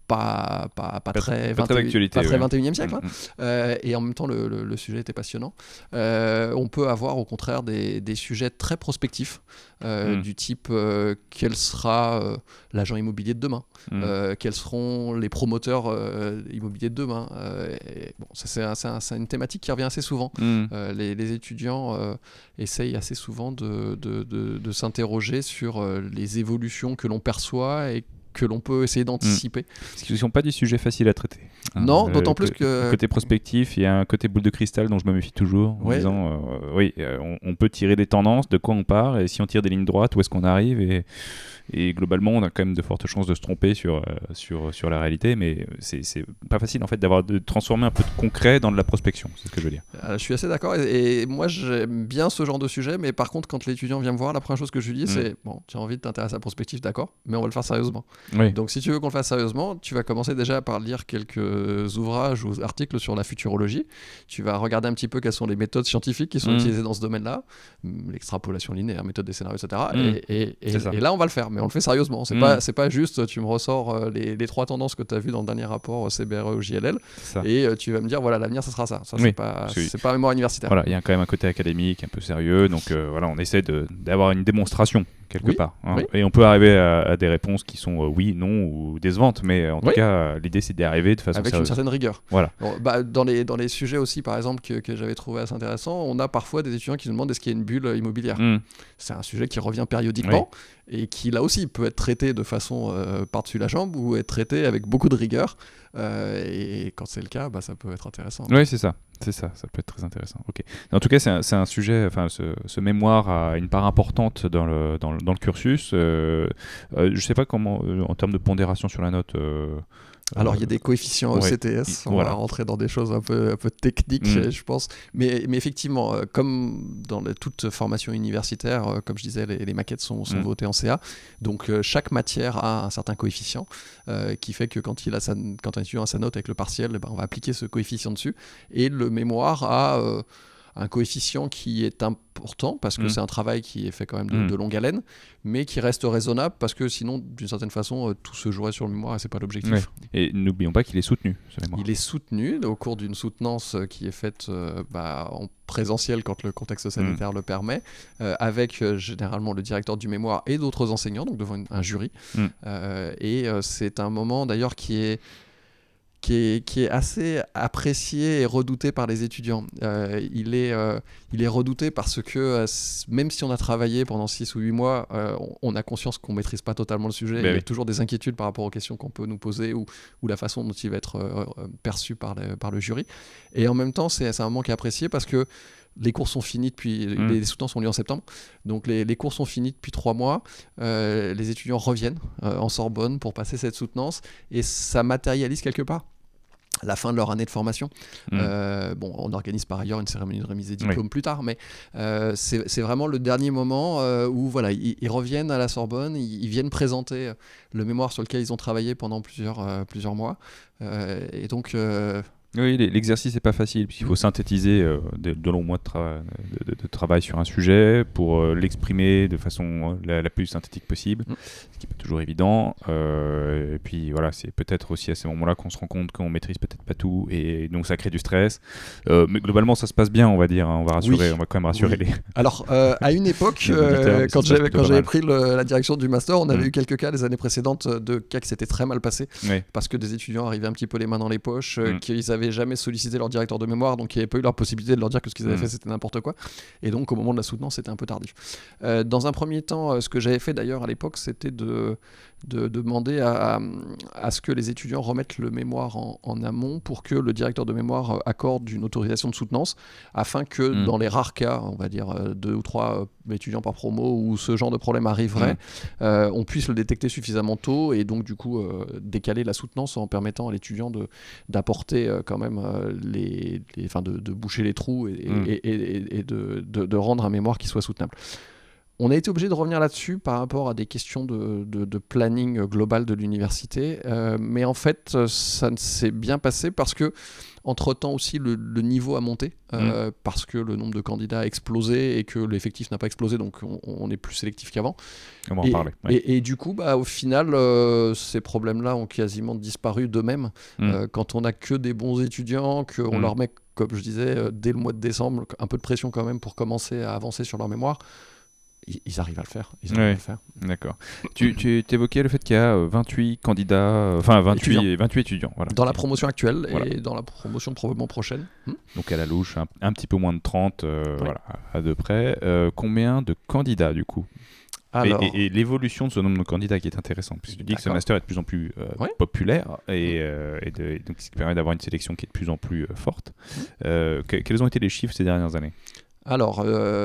pas très d'actualité, pas très ouais. 21e siècle, et en même temps le sujet était passionnant. On peut avoir au contraire des sujets très prospectifs, du type quel sera l'agent immobilier de demain, quels seront les promoteurs immobiliers de demain. Bon, c'est une thématique qui revient assez souvent. Les étudiants essayent assez souvent de s'interroger sur les évolutions que l'on perçoit et que l'on peut essayer d'anticiper. Parce qu'ils ne sont pas des sujets faciles à traiter. Non, d'autant plus que... Côté prospectif, il y a un côté boule de cristal dont je me méfie toujours, en disant, on peut tirer des tendances, de quoi on part, et si on tire des lignes droites, où est-ce qu'on arrive, et globalement, on a quand même de fortes chances de se tromper sur la réalité, mais c'est pas facile en fait de transformer un peu de concret dans de la prospection, c'est ce que je veux dire. Je suis assez d'accord, et moi j'aime bien ce genre de sujet, mais par contre quand l'étudiant vient me voir, la première chose que je lui dis c'est bon, tu as envie de t'intéresser à la prospective, d'accord, mais on va le faire sérieusement. Oui. Donc si tu veux qu'on le fasse sérieusement, tu vas commencer déjà par lire quelques ouvrages ou articles sur la futurologie, tu vas regarder un petit peu quelles sont les méthodes scientifiques qui sont utilisées dans ce domaine-là, l'extrapolation linéaire, méthode des scénarios, etc. Et là on va le faire, mais on le fait sérieusement. C'est pas juste tu me ressors les 3 tendances que tu as vues dans le dernier rapport CBRE ou JLL et tu vas me dire voilà, l'avenir ça sera ça. C'est pas un mémoire universitaire. Voilà, il y a quand même un côté académique un peu sérieux, donc voilà, on essaie d'avoir une démonstration quelque part, hein. Et on peut arriver à des réponses qui sont oui, non ou décevantes, mais en tout cas l'idée c'est d'y arriver de façon avec sérieuse. Une certaine rigueur. Voilà. Bon, dans les sujets aussi par exemple que j'avais trouvé assez intéressant, on a parfois des étudiants qui nous demandent est-ce qu'il y a une bulle immobilière. C'est un sujet qui revient périodiquement et qui là aussi peut être traité de façon par-dessus la jambe ou être traité avec beaucoup de rigueur, et quand c'est le cas, ça peut être intéressant. Oui, c'est ça peut être très intéressant. Ok. En tout cas, c'est un sujet, enfin ce mémoire a une part importante dans le cursus. Je sais pas comment en termes de pondération sur la note. Alors il y a des coefficients OCTS, on va rentrer dans des choses un peu techniques, je pense, mais effectivement, comme dans toute formation universitaire, comme je disais, les maquettes sont votées en CA, donc chaque matière a un certain coefficient qui fait que quand un étudiant a sa note avec le partiel, on va appliquer ce coefficient dessus, et le mémoire a un coefficient qui est important parce que c'est un travail qui est fait quand même de longue haleine, mais qui reste raisonnable parce que sinon, d'une certaine façon, tout se jouerait sur le mémoire et c'est pas l'objectif. Ouais. Et n'oublions pas qu'il est soutenu, ce mémoire. Il est soutenu au cours d'une soutenance qui est faite en présentiel quand le contexte sanitaire le permet, avec généralement le directeur du mémoire et d'autres enseignants, donc devant un jury. Et c'est un moment d'ailleurs qui est assez apprécié et redouté par les étudiants. Il est redouté parce que même si on a travaillé pendant 6 ou 8 mois, on a conscience qu'on ne maîtrise pas totalement le sujet. Il y a toujours des inquiétudes par rapport aux questions qu'on peut nous poser ou la façon dont il va être perçu par le jury. Et en même temps, c'est un moment qui est apprécié parce que les cours sont finis depuis... Les soutenances ont lieu en septembre. Donc les cours sont finis depuis 3 mois. Les étudiants reviennent en Sorbonne pour passer cette soutenance et ça matérialise quelque part la fin de leur année de formation. On organise par ailleurs une cérémonie de remise des diplômes plus tard, mais c'est vraiment le dernier moment où voilà, ils reviennent à la Sorbonne, ils viennent présenter le mémoire sur lequel ils ont travaillé pendant plusieurs mois. Et donc... Oui, l'exercice n'est pas facile, puisqu'il faut synthétiser de longs mois de travail sur un sujet pour l'exprimer de façon la plus synthétique possible, ce qui n'est pas toujours évident. Et puis voilà, c'est peut-être aussi à ces moments-là qu'on se rend compte qu'on maîtrise peut-être pas tout, et donc ça crée du stress. Mais globalement, ça se passe bien, on va dire. Hein, on va quand même rassurer les... Alors, à une époque, quand j'avais pris la direction du master, on avait eu quelques cas les années précédentes de cas qui s'étaient très mal passés, parce que des étudiants arrivaient un petit peu les mains dans les poches, qu'ils avaient jamais sollicité leur directeur de mémoire, donc il n'y avait pas eu leur possibilité de leur dire que ce qu'ils avaient fait c'était n'importe quoi, et donc au moment de la soutenance c'était un peu tardif. Dans un premier temps, ce que j'avais fait d'ailleurs à l'époque, c'était de demander à ce que les étudiants remettent le mémoire en amont pour que le directeur de mémoire accorde une autorisation de soutenance, afin que dans les rares cas, on va dire 2 ou 3 étudiants par promo où ce genre de problème arriverait, on puisse le détecter suffisamment tôt et donc du coup décaler la soutenance en permettant à l'étudiant d'apporter quand même de boucher les trous et de rendre un mémoire qui soit soutenable. On a été obligé de revenir là-dessus par rapport à des questions de planning global de l'université. Mais en fait, ça ne s'est bien passé parce que, entre-temps aussi, le niveau a monté. Parce que le nombre de candidats a explosé et que l'effectif n'a pas explosé, donc on est plus sélectif qu'avant. On va en parler. Ouais. Et du coup, au final, ces problèmes-là ont quasiment disparu d'eux-mêmes. Quand on n'a que des bons étudiants, qu'on leur met, comme je disais, dès le mois de décembre, un peu de pression quand même pour commencer à avancer sur leur mémoire, ils arrivent à le faire. D'accord. Tu évoquais le fait qu'il y a 28 candidats, enfin 28 étudiants. Voilà. Dans la promotion actuelle et dans la promotion probablement prochaine. Donc à la louche, un petit peu moins de 30, voilà, à peu près. Combien de candidats du coup? Alors... et l'évolution de ce nombre de candidats qui est intéressant, puisque tu dis que ce master est de plus en plus populaire et donc ce qui permet d'avoir une sélection qui est de plus en plus forte. Quels ont été les chiffres ces dernières années? Alors,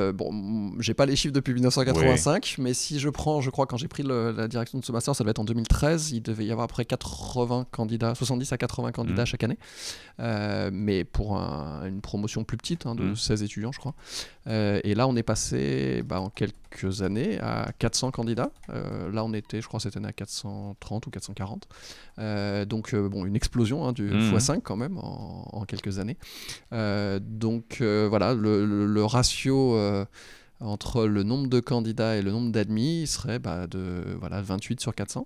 j'ai pas les chiffres depuis 1985, mais si je crois quand j'ai pris la direction de ce master, ça devait être en 2013, il devait y avoir à peu près 80 candidats, 70 à 80 candidats chaque année, mais pour une promotion plus petite, de 16 étudiants je crois. Et là on est passé en quelques années à 400 candidats, là on était je crois cette année à 430 ou 440, donc une explosion du x5 quand même en quelques années. Donc voilà, le ratio entre le nombre de candidats et le nombre d'admis serait de 28 sur 400,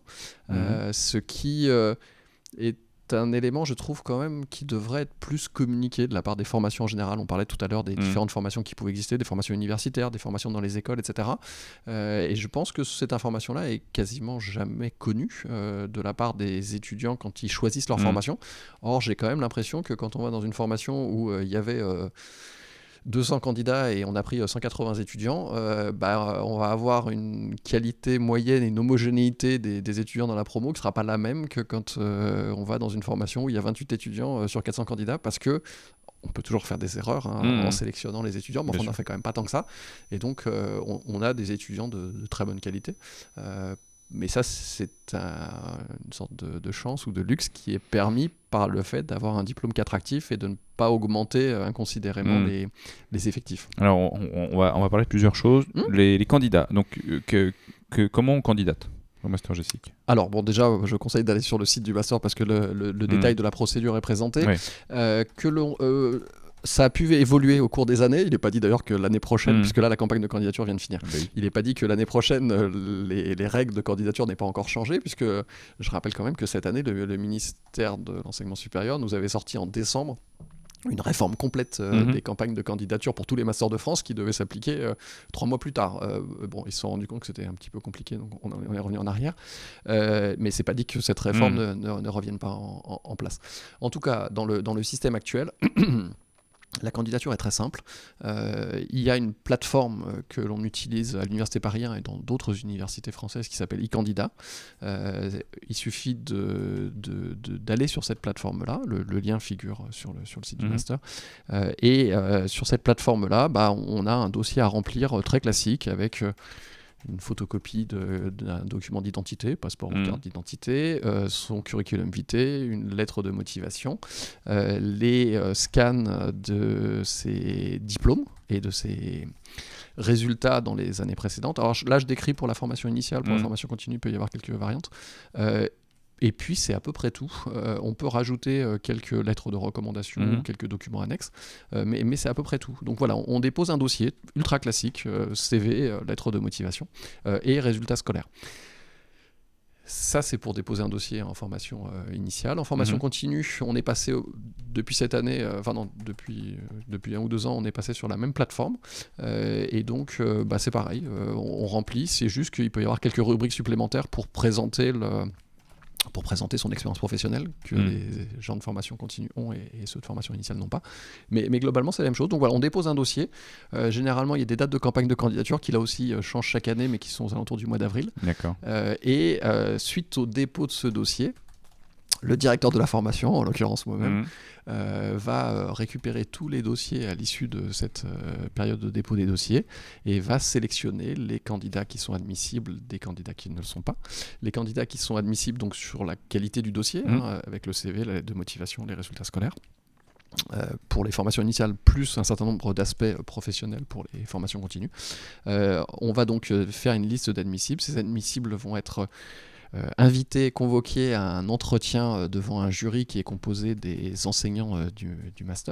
ce qui est un élément, je trouve quand même, qui devrait être plus communiqué de la part des formations en général. On parlait tout à l'heure des différentes formations qui pouvaient exister, des formations universitaires, des formations dans les écoles, etc. Et je pense que cette information-là est quasiment jamais connue de la part des étudiants quand ils choisissent leur formation. Or, j'ai quand même l'impression que quand on va dans une formation où il y avait 200 candidats et on a pris 180 étudiants, on va avoir une qualité moyenne et une homogénéité des étudiants dans la promo qui ne sera pas la même que quand on va dans une formation où il y a 28 étudiants sur 400 candidats, parce que on peut toujours faire des erreurs en sélectionnant les étudiants, mais on n'en fait quand même pas tant que ça. Et donc, on a des étudiants de très bonne qualité. Mais ça, c'est une sorte de chance ou de luxe qui est permis par le fait d'avoir un diplôme qui est attractif et de ne pas augmenter inconsidérément les effectifs. Alors, on va parler de plusieurs choses. Les candidats, donc comment on candidate au Master GESIC? Alors déjà, je conseille d'aller sur le site du Master parce que le détail de la procédure est présenté. Ça a pu évoluer au cours des années. Il n'est pas dit d'ailleurs que l'année prochaine, puisque là la campagne de candidature vient de finir, il n'est pas dit que l'année prochaine les règles de candidature n'aient pas encore changé, puisque je rappelle quand même que cette année le ministère de l'Enseignement supérieur nous avait sorti en décembre une réforme complète des campagnes de candidature pour tous les masters de France qui devait s'appliquer 3 mois plus tard. Ils se sont rendus compte que c'était un petit peu compliqué, donc on est revenu en arrière. Mais c'est pas dit que cette réforme ne revienne pas en place. En tout cas, dans le système actuel, la candidature est très simple. Il y a une plateforme que l'on utilise à l'Université Paris 1 et dans d'autres universités françaises qui s'appelle e-Candidat. Il suffit d'aller sur cette plateforme-là. Le lien figure sur le site du master. Et sur cette plateforme-là, on a un dossier à remplir très classique avec une photocopie d'un document d'identité, passeport ou carte d'identité, son curriculum vitae, une lettre de motivation, les scans de ses diplômes et de ses résultats dans les années précédentes. Alors là, je décris pour la formation initiale, pour la formation continue, il peut y avoir quelques variantes. Et puis c'est à peu près tout. On peut rajouter quelques lettres de recommandation, quelques documents annexes, mais c'est à peu près tout. Donc voilà, on dépose un dossier ultra classique, CV, lettre de motivation et résultats scolaires. Ça, c'est pour déposer un dossier en formation initiale. En formation continue, on est passé, depuis cette année, depuis 1 ou 2 ans, on est passé sur la même plateforme. Et donc, c'est pareil, on remplit. C'est juste qu'il peut y avoir quelques rubriques supplémentaires pour présenter son expérience professionnelle que les gens de formation continue ont et ceux de formation initiale n'ont pas. Mais globalement, c'est la même chose. Donc voilà, on dépose un dossier. Généralement, il y a des dates de campagne de candidature qui là aussi changent chaque année, mais qui sont aux alentours du mois d'avril. D'accord. Et suite au dépôt de ce dossier, le directeur de la formation, en l'occurrence moi-même, va récupérer tous les dossiers à l'issue de cette période de dépôt des dossiers et va sélectionner les candidats qui sont admissibles des candidats qui ne le sont pas. Les candidats qui sont admissibles donc sur la qualité du dossier, avec le CV, la lettre de motivation, les résultats scolaires. pour les formations initiales, plus un certain nombre d'aspects professionnels pour les formations continues. On va donc faire une liste d'admissibles. Ces admissibles vont être invités, convoqués à un entretien devant un jury qui est composé des enseignants du master,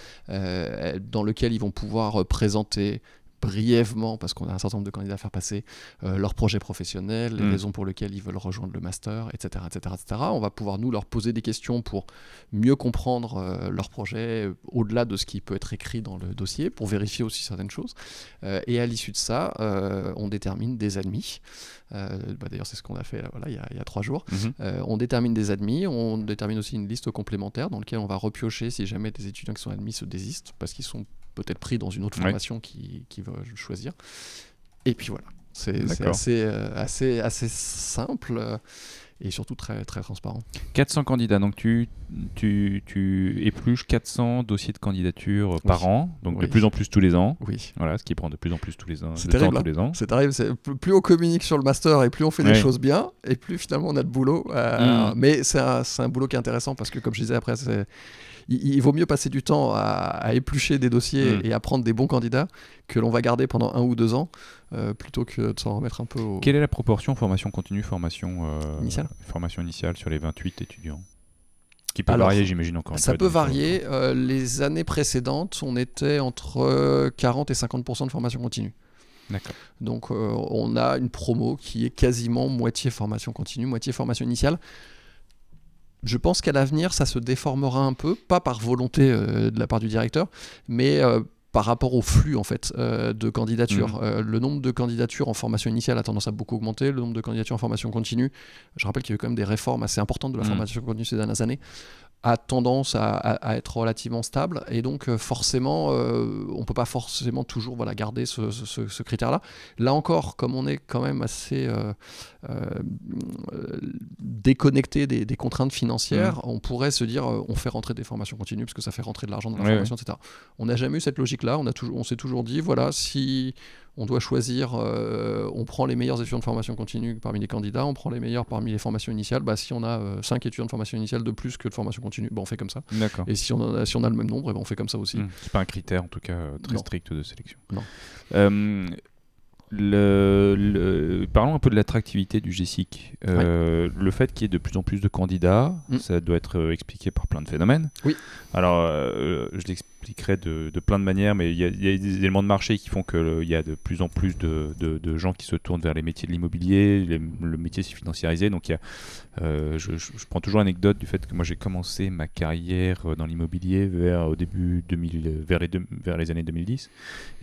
dans lequel ils vont pouvoir présenter brièvement, parce qu'on a un certain nombre de candidats à faire passer, leur projet professionnel, les raisons pour lesquelles ils veulent rejoindre le master, etc., etc., etc. On va pouvoir nous leur poser des questions pour mieux comprendre leur projet au-delà de ce qui peut être écrit dans le dossier, pour vérifier aussi certaines choses. Et à l'issue de ça, on détermine des admis. D'ailleurs, c'est ce qu'on a fait voilà, il y a 3 jours. On détermine des admis, on détermine aussi une liste complémentaire dans laquelle on va repiocher si jamais des étudiants qui sont admis se désistent parce qu'ils sont peut-être pris dans une autre formation qui veulent choisir. Et puis voilà, c'est assez simple et surtout très, très transparent. 400 candidats, donc tu épluches 400 dossiers de candidature par an, donc de plus en plus tous les ans. Oui. Voilà, ce qui prend de plus en plus tous les ans. C'est terrible, tous les ans. C'est terrible. Plus on communique sur le master et plus on fait des choses bien, et plus finalement on a de boulot. Mais c'est un boulot qui est intéressant parce que, comme je disais après, il vaut mieux passer du temps à éplucher des dossiers et à prendre des bons candidats que l'on va garder pendant 1 ou 2 ans plutôt que de s'en remettre un peu au... Quelle est la proportion formation continue, formation initiale sur les 28 étudiants? Qui peut varier, j'imagine, encore. Ça peut varier. Les années précédentes, on était entre 40 et 50% de formation continue. D'accord. Donc on a une promo qui est quasiment moitié formation continue, moitié formation initiale. Je pense qu'à l'avenir, ça se déformera un peu, pas par volonté de la part du directeur, mais par rapport au flux en fait, de candidatures. Le nombre de candidatures en formation initiale a tendance à beaucoup augmenter, le nombre de candidatures en formation continue, je rappelle qu'il y a eu quand même des réformes assez importantes de la formation continue ces dernières années, a tendance à être relativement stable, et donc forcément on ne peut pas forcément toujours garder ce critère-là. Là encore, comme on est quand même assez déconnecté des contraintes financières, on pourrait se dire on fait rentrer des formations continues parce que ça fait rentrer de l'argent dans la formation, etc. On n'a jamais eu cette logique-là, on s'est toujours dit, voilà, si on doit choisir, on prend les meilleurs étudiants de formation continue parmi les candidats, on prend les meilleurs parmi les formations initiales. Si on a 5 étudiants de formation initiale de plus que de formation continue, on fait comme ça. D'accord. Et si on a le même nombre, on fait comme ça aussi. C'est pas un critère en tout cas très strict de sélection. Non. Parlons un peu de l'attractivité du GESIC. Le fait qu'il y ait de plus en plus de candidats, ça doit être expliqué par plein de phénomènes. Oui. Alors, je l'expliquerai de plein de manières, mais il y a des éléments de marché qui font qu'il y a de plus en plus de gens qui se tournent vers les métiers de l'immobilier. Le métier s'est financiarisé. Donc, je prends toujours l'anecdote du fait que moi, j'ai commencé ma carrière dans l'immobilier vers les années 2010,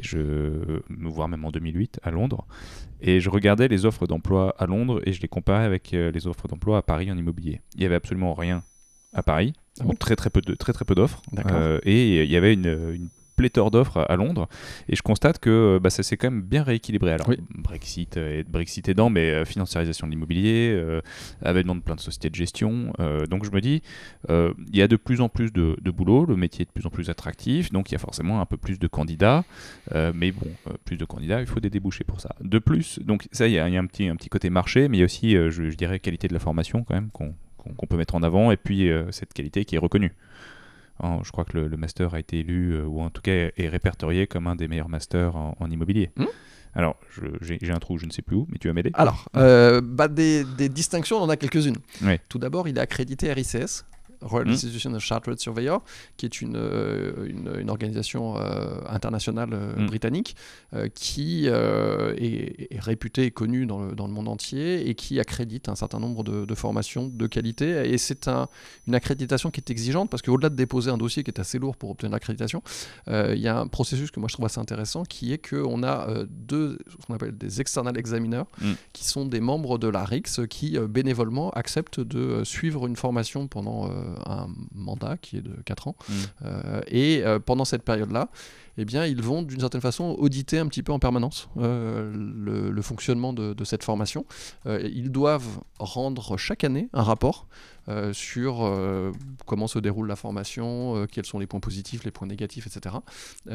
voire même en 2008, à Londres. Et je regardais les offres d'emploi à Londres et je les comparais avec les offres d'emploi à Paris en immobilier. Il n'y avait absolument rien à Paris, très très peu d'offres, et il y avait une pléthore d'offres à Londres, et je constate que ça s'est quand même bien rééquilibré. Alors Brexit aidant, mais financiarisation de l'immobilier, avènement de plein de sociétés de gestion, donc je me dis il y a de plus en plus de boulot, le métier est de plus en plus attractif, donc il y a forcément un peu plus de candidats, mais bon, plus de candidats, il faut des débouchés pour ça. De plus, donc ça, il y a un petit côté marché, mais il y a aussi, je dirais, qualité de la formation quand même, qu'on peut mettre en avant, et puis cette qualité qui est reconnue. Je crois que le master a été élu, ou en tout cas est répertorié comme un des meilleurs masters en immobilier. Alors, j'ai un trou, je ne sais plus où, mais tu vas m'aider. Alors, des distinctions, on en a quelques-unes. Oui. Tout d'abord, il est accrédité RICS, Royal Institution of Chartered Surveyor, qui est une organisation internationale britannique qui est réputée et connue dans le monde entier et qui accrédite un certain nombre de formations de qualité. Et c'est une accréditation qui est exigeante parce qu'au-delà de déposer un dossier qui est assez lourd pour obtenir l'accréditation, il y a un processus que moi je trouve assez intéressant qui est qu'on a ce qu'on appelle des external examiners qui sont des membres de la RICS qui bénévolement acceptent de suivre une formation pendant un mandat qui est de 4 ans. Et pendant cette période-là, eh bien, ils vont d'une certaine façon auditer un petit peu en permanence le fonctionnement de cette formation. Ils doivent rendre chaque année un rapport sur comment se déroule la formation, quels sont les points positifs, les points négatifs, etc.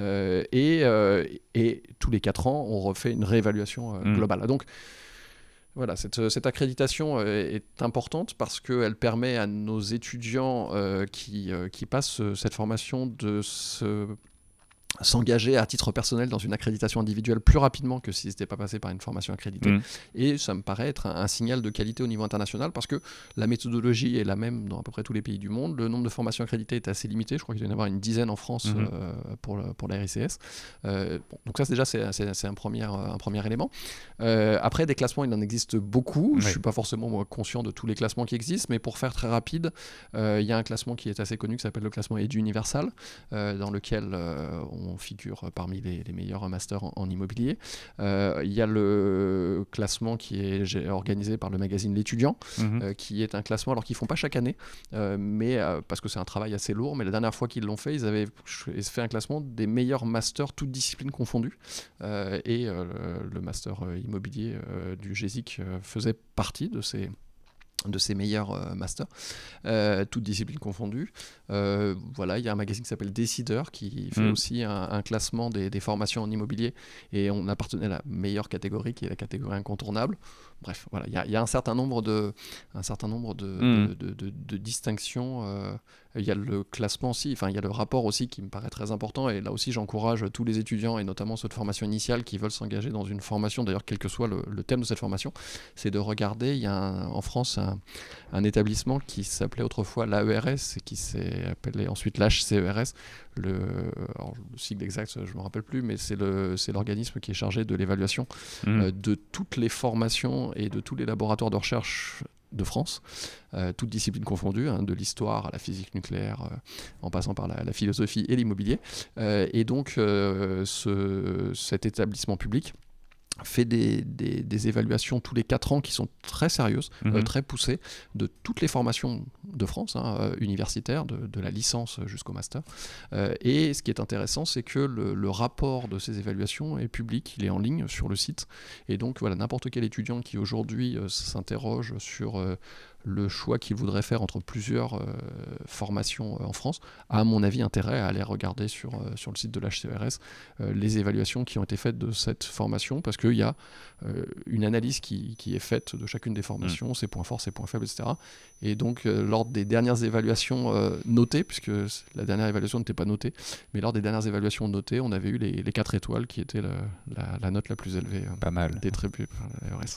Et tous les 4 ans, on refait une réévaluation globale. Donc, Voilà, cette accréditation est importante parce qu'elle permet à nos étudiants qui passent cette formation de s'engager à titre personnel dans une accréditation individuelle plus rapidement que s'ils n'étaient pas passés par une formation accréditée. Et ça me paraît être un signal de qualité au niveau international parce que la méthodologie est la même dans à peu près tous les pays du monde. Le nombre de formations accréditées est assez limité. Je crois qu'il doit y en avoir une dizaine en France pour la RICS. Donc ça, déjà, c'est un premier élément. Après, des classements, il en existe beaucoup. Je ne suis pas forcément conscient de tous les classements qui existent, mais pour faire très rapide, il y a un classement qui est assez connu qui s'appelle le classement Edu Universal, dans lequel on figure parmi les meilleurs masters en immobilier. Il y a le classement qui est organisé par le magazine L'Étudiant, qui est un classement alors qu'ils ne font pas chaque année, mais parce que c'est un travail assez lourd, mais la dernière fois qu'ils l'ont fait, ils avaient fait un classement des meilleurs masters, toutes disciplines confondues, et le master immobilier du GESIC faisait partie de ces meilleurs masters, toutes disciplines confondues. Voilà, il y a un magazine qui s'appelle Décideur qui fait aussi un classement des formations en immobilier et on appartenait à la meilleure catégorie qui est la catégorie incontournable. Bref, voilà, il y a un certain nombre de distinctions. Il y a le classement aussi, enfin il y a le rapport aussi qui me paraît très important et là aussi j'encourage tous les étudiants et notamment ceux de formation initiale qui veulent s'engager dans une formation, d'ailleurs quel que soit le thème de cette formation, c'est de regarder, il y a en France un établissement qui s'appelait autrefois l'AERS et qui s'est appelé ensuite l'HCERS. Le sigle exact, je ne me rappelle plus, mais c'est l'organisme qui est chargé de l'évaluation de toutes les formations et de tous les laboratoires de recherche de France, toutes disciplines confondues, de l'histoire à la physique nucléaire, en passant par la philosophie et l'immobilier. Et donc, cet établissement public fait des évaluations tous les 4 ans qui sont très sérieuses, très poussées, de toutes les formations de France, universitaires, de la licence jusqu'au master. Et ce qui est intéressant, c'est que le rapport de ces évaluations est public, il est en ligne sur le site. Et donc, voilà, n'importe quel étudiant qui aujourd'hui s'interroge sur le choix qu'il voudrait faire entre plusieurs formations en France, a à mon avis intérêt à aller regarder sur le site de l'HCERS les évaluations qui ont été faites de cette formation, parce qu'il y a une analyse qui est faite de chacune des formations, ses points forts, ses points faibles, etc. Et donc lors des dernières évaluations notées, puisque la dernière évaluation n'était pas notée, mais lors des dernières évaluations notées, on avait eu les 4 étoiles qui étaient la note la plus élevée pas mal détribuée par l'ARS.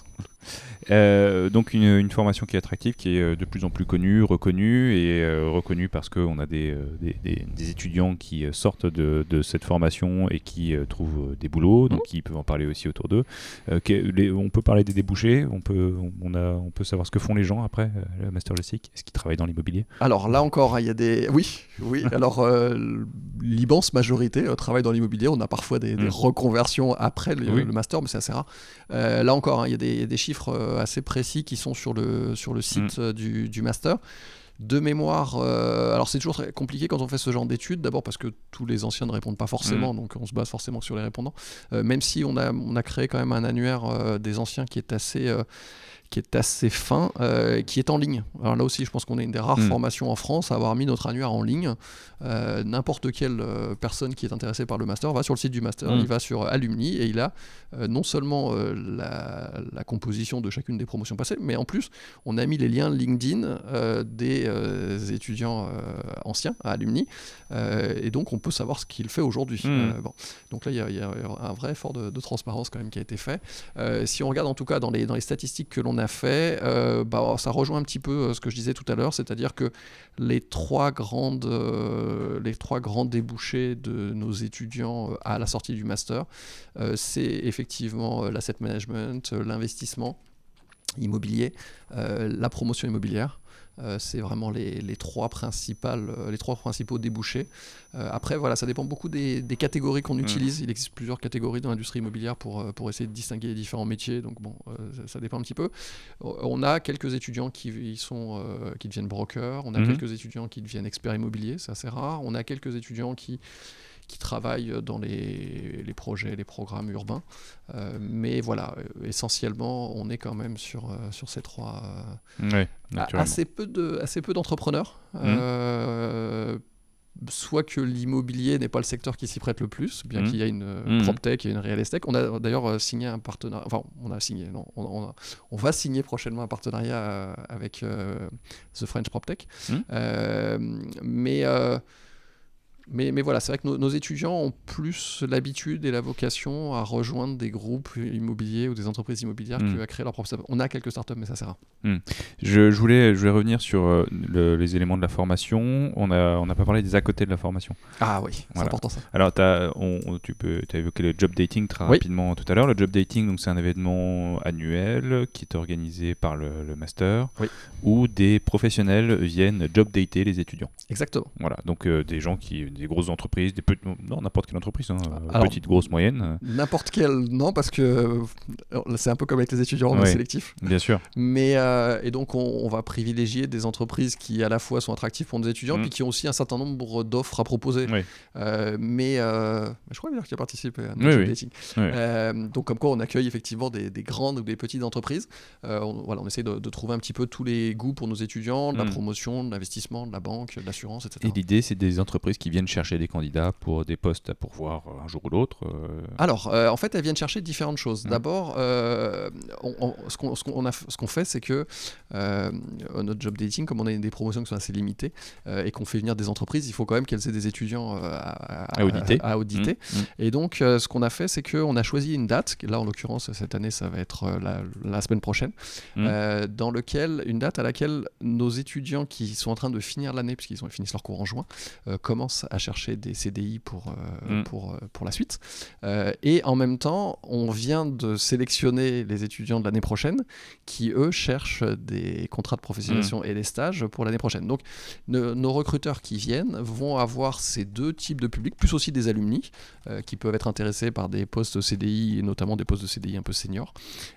Donc une formation qui est attractive, qui est de plus en plus connue, reconnue, et reconnue parce qu'on a des étudiants qui sortent de cette formation et qui trouvent des boulots, donc qui peuvent en parler aussi autour d'eux. On peut parler des débouchés, on peut savoir ce que font les gens après le Master GESIC. Est-ce qu'ils travaillent dans l'immobilier ? Alors là encore, il y a des... Oui. Alors l'immense majorité travaille dans l'immobilier. On a parfois des reconversions après le Master, mais c'est assez rare. Là encore, il y a des chiffres assez précis qui sont sur le site du Master. De mémoire, alors c'est toujours très compliqué quand on fait ce genre d'études, d'abord parce que tous les anciens ne répondent pas forcément, donc on se base forcément sur les répondants, même si on a créé quand même un annuaire des anciens qui est assez fin, qui est en ligne. Alors là aussi, je pense qu'on est une des rares formations en France à avoir mis notre annuaire en ligne. N'importe quelle personne qui est intéressée par le master va sur le site du master, il va sur Alumni et il a non seulement la composition de chacune des promotions passées, mais en plus, on a mis les liens LinkedIn des étudiants anciens à Alumni, et donc on peut savoir ce qu'il fait aujourd'hui. Donc là, il y a un vrai effort de transparence quand même qui a été fait. Si on regarde en tout cas dans les statistiques que l'on a fait, ça rejoint un petit peu ce que je disais tout à l'heure, c'est-à-dire que les trois grands débouchés de nos étudiants à la sortie du master, c'est effectivement l'asset management, l'investissement immobilier, la promotion immobilière. C'est vraiment les trois principaux débouchés. Après, voilà, ça dépend beaucoup des catégories qu'on utilise. Il existe plusieurs catégories dans l'industrie immobilière pour essayer de distinguer les différents métiers. Donc bon, ça dépend un petit peu. On a quelques étudiants qui deviennent brokers. On a quelques étudiants qui deviennent experts immobiliers. C'est assez rare. On a quelques étudiants qui travaillent dans les projets, les programmes urbains. Mais voilà, essentiellement, on est quand même sur ces trois... assez peu d'entrepreneurs. soit que l'immobilier n'est pas le secteur qui s'y prête le plus, bien qu'il y ait une PropTech et une Real Estate. On a d'ailleurs signé un partenariat, enfin on a signé, non, on va signer prochainement un partenariat avec The French PropTech. Mais voilà, c'est vrai que nos étudiants ont plus l'habitude et la vocation à rejoindre des groupes immobiliers ou des entreprises immobilières qu'à créer leur propre startup. On a quelques startups, mais ça c'est rare. Je voulais revenir sur les éléments de la formation. On n'a pas parlé des à côté de la formation. Ah oui, c'est important ça. Alors, tu as évoqué le job dating très rapidement tout à l'heure. Le job dating, donc, c'est un événement annuel qui est organisé par le master, où des professionnels viennent job dater les étudiants. Exactement. Voilà, donc des grosses entreprises, n'importe quelle entreprise, petite, grosse, moyenne. N'importe quelle, non, parce que c'est un peu comme avec les étudiants, on est sélectif. Bien sûr. Mais, et donc, on va privilégier des entreprises qui, à la fois, sont attractives pour nos étudiants, puis qui ont aussi un certain nombre d'offres à proposer. Mais je crois bien que tu as participé à notre dating. Donc, comme quoi, on accueille effectivement des grandes ou des petites entreprises. On essaie de trouver un petit peu tous les goûts pour nos étudiants, de la promotion, de l'investissement, de la banque, de l'assurance, etc. Et l'idée, c'est des entreprises qui viennent chercher des candidats pour des postes à pourvoir un jour ou l'autre. Alors, en fait, elles viennent chercher différentes choses. D'abord, ce qu'on fait, c'est que notre job dating, comme on a des promotions qui sont assez limitées et qu'on fait venir des entreprises, il faut quand même qu'elles aient des étudiants à auditer. Et donc, ce qu'on a fait, c'est qu'on a choisi une date, là en l'occurrence, cette année, ça va être la semaine prochaine, une date à laquelle nos étudiants qui sont en train de finir l'année, puisqu'ils finissent leur cours en juin, commencent à chercher des CDI pour la suite. Et en même temps, on vient de sélectionner les étudiants de l'année prochaine qui, eux, cherchent des contrats de professionnalisation et des stages pour l'année prochaine. Donc, nos recruteurs qui viennent vont avoir ces deux types de publics, plus aussi des alumni qui peuvent être intéressés par des postes CDI, et notamment des postes de CDI un peu seniors.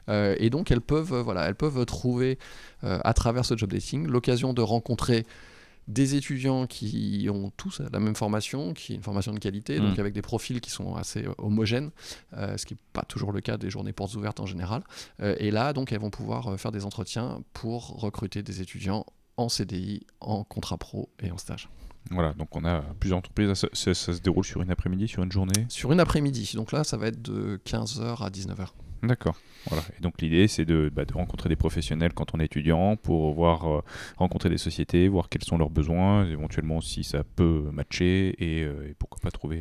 Et donc, elles peuvent trouver, à travers ce job dating, l'occasion de rencontrer des étudiants qui ont tous la même formation, qui est une formation de qualité, donc avec des profils qui sont assez homogènes, ce qui n'est pas toujours le cas des journées portes ouvertes en général. Et là, donc, elles vont pouvoir faire des entretiens pour recruter des étudiants en CDI, en contrat pro et en stage. Voilà, donc on a plusieurs entreprises. Ça se déroule sur une après-midi, sur une journée ? Sur une après-midi. Donc là, ça va être de 15h à 19h. D'accord. Voilà. Et donc l'idée, c'est de rencontrer des professionnels quand on est étudiant pour rencontrer des sociétés, voir quels sont leurs besoins, éventuellement si ça peut matcher et pourquoi pas trouver.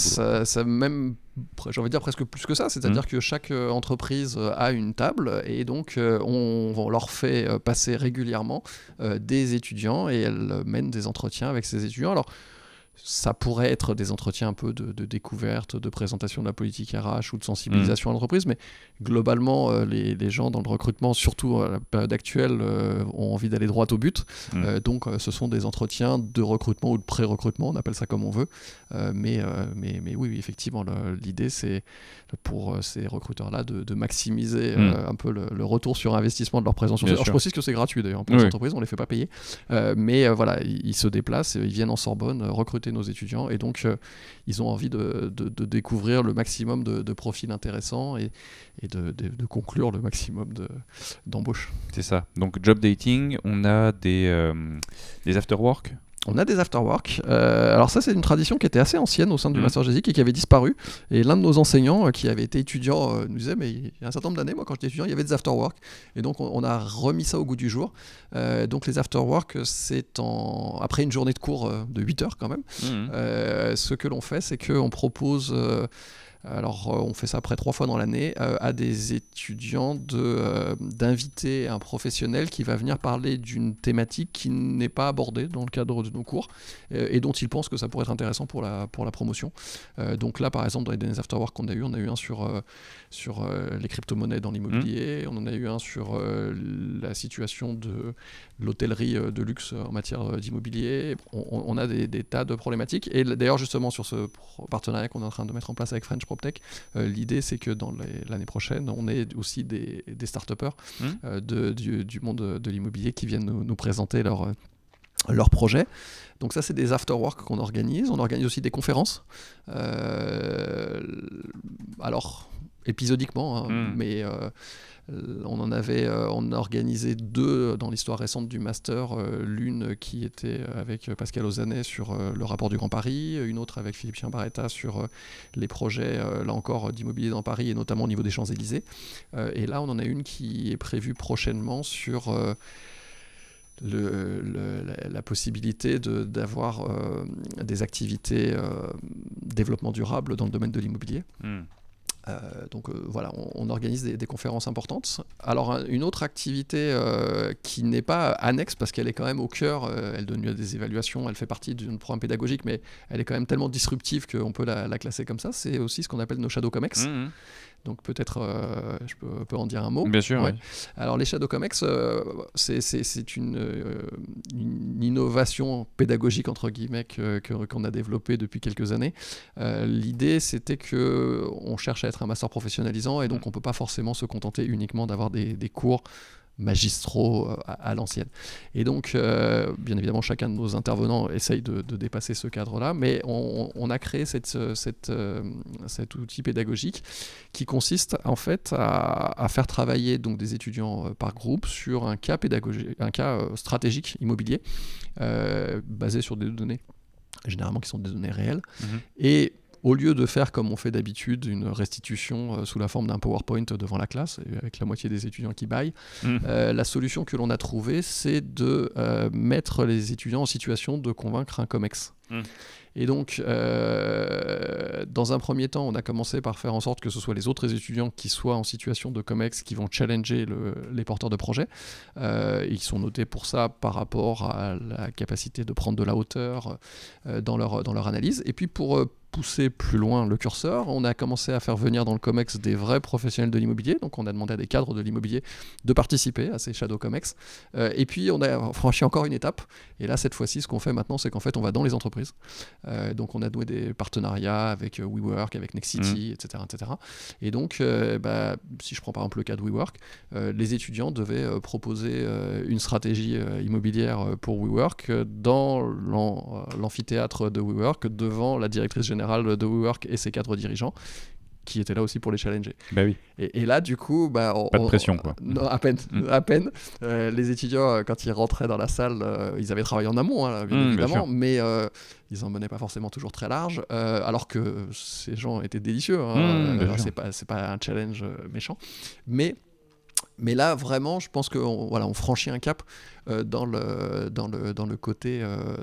Ça même, j'ai envie de dire presque plus que ça. C'est-à-dire que chaque entreprise a une table et donc on leur fait passer régulièrement des étudiants et elles mènent des entretiens avec ces étudiants. Alors, ça pourrait être des entretiens un peu de découverte, de présentation de la politique RH ou de sensibilisation à l'entreprise, mais globalement, les gens dans le recrutement, surtout à la période actuelle, ont envie d'aller droit au but. Donc, ce sont des entretiens de recrutement ou de pré-recrutement, on appelle ça comme on veut. Mais oui, effectivement, l'idée, c'est pour ces recruteurs-là de maximiser un peu le retour sur investissement de leur présence sur site. Alors, je précise que c'est gratuit d'ailleurs pour les entreprises, on ne les fait pas payer. Mais voilà, ils se déplacent, ils viennent en Sorbonne recruter nos étudiants et donc ils ont envie de découvrir le maximum de profils intéressants et de conclure le maximum d'embauches. C'est ça. Donc job dating, on a des after-work. On a des after-work. Alors ça, c'est une tradition qui était assez ancienne au sein du Master GESIC et qui avait disparu. Et l'un de nos enseignants qui avait été étudiant nous disait, mais il y a un certain nombre d'années, moi quand j'étais étudiant, il y avait des after-work. Et donc on a remis ça au goût du jour. Donc les after-work, c'est après une journée de cours de 8 heures quand même. Ce que l'on fait, c'est qu'on propose... Alors, on fait ça après 3 fois dans l'année à des étudiants d'inviter un professionnel qui va venir parler d'une thématique qui n'est pas abordée dans le cadre de nos cours et dont il pense que ça pourrait être intéressant pour la promotion. Donc là, par exemple, dans les derniers afterwork qu'on a eu, on a eu un sur les crypto-monnaies dans l'immobilier, on en a eu un sur la situation de l'hôtellerie de luxe en matière d'immobilier. On a des tas de problématiques. Et d'ailleurs, justement, sur ce partenariat qu'on est en train de mettre en place avec French PropTech, l'idée, c'est que dans l'année prochaine, on ait aussi des start-upers du monde de l'immobilier qui viennent nous présenter leur projet. Donc ça, c'est des after-work qu'on organise. On organise aussi des conférences. Alors... épisodiquement, hein, mais on a organisé 2 dans l'histoire récente du master, l'une qui était avec Pascal Ozannet sur le rapport du Grand Paris, une autre avec Philippe Chiambaretta sur les projets, là encore, d'immobilier dans Paris et notamment au niveau des Champs-Élysées. Et là, on en a une qui est prévue prochainement sur la possibilité d'avoir des activités développement durable dans le domaine de l'immobilier. Donc voilà, on organise des conférences importantes. Alors une autre activité qui n'est pas annexe parce qu'elle est quand même au cœur, elle donne lieu à des évaluations, elle fait partie d'un programme pédagogique, mais elle est quand même tellement disruptive qu'on peut la classer comme ça, c'est aussi ce qu'on appelle nos Shadow Comex. Donc peut-être je peux en dire un mot. Bien sûr. Ouais. Oui. Alors les Shadow Comex, c'est une innovation pédagogique entre guillemets qu'on a développée depuis quelques années. L'idée c'était qu'on cherche à être un master professionnalisant et donc on ne peut pas forcément se contenter uniquement d'avoir des cours magistraux à l'ancienne. Et donc, bien évidemment, chacun de nos intervenants essaye de dépasser ce cadre-là, mais on a créé cet outil pédagogique qui consiste en fait à faire travailler donc des étudiants par groupe sur un cas pédagogique, un cas stratégique immobilier basé sur des données, généralement qui sont des données réelles, et au lieu de faire comme on fait d'habitude, une restitution sous la forme d'un PowerPoint devant la classe, avec la moitié des étudiants qui bâillent, la solution que l'on a trouvée, c'est de mettre les étudiants en situation de convaincre un COMEX. Et donc, dans un premier temps, on a commencé par faire en sorte que ce soit les autres étudiants qui soient en situation de COMEX qui vont challenger les porteurs de projets. Ils sont notés pour ça par rapport à la capacité de prendre de la hauteur dans leur analyse. Et puis, pour pousser plus loin le curseur, on a commencé à faire venir dans le COMEX des vrais professionnels de l'immobilier. Donc, on a demandé à des cadres de l'immobilier de participer à ces Shadow COMEX. Et puis, on a franchi encore une étape. Et là, cette fois-ci, ce qu'on fait maintenant, c'est qu'en fait, on va dans les entreprises. Donc on a noué des partenariats avec WeWork, avec Nexity, etc., etc. Et donc, si je prends par exemple le cas de WeWork, les étudiants devaient proposer une stratégie immobilière pour WeWork dans l'amphithéâtre de WeWork, devant la directrice générale de WeWork et ses cadres dirigeants, qui étaient là aussi pour les challenger. Bah oui. Et là, du coup, pas de pression, quoi. Non, à peine. Les étudiants, quand ils rentraient dans la salle, ils avaient travaillé en amont, hein, bien évidemment, mais ils en menaient pas forcément toujours très large, alors que ces gens étaient délicieux. C'est pas un challenge méchant, mais là, vraiment, je pense qu'on franchit un cap dans le côté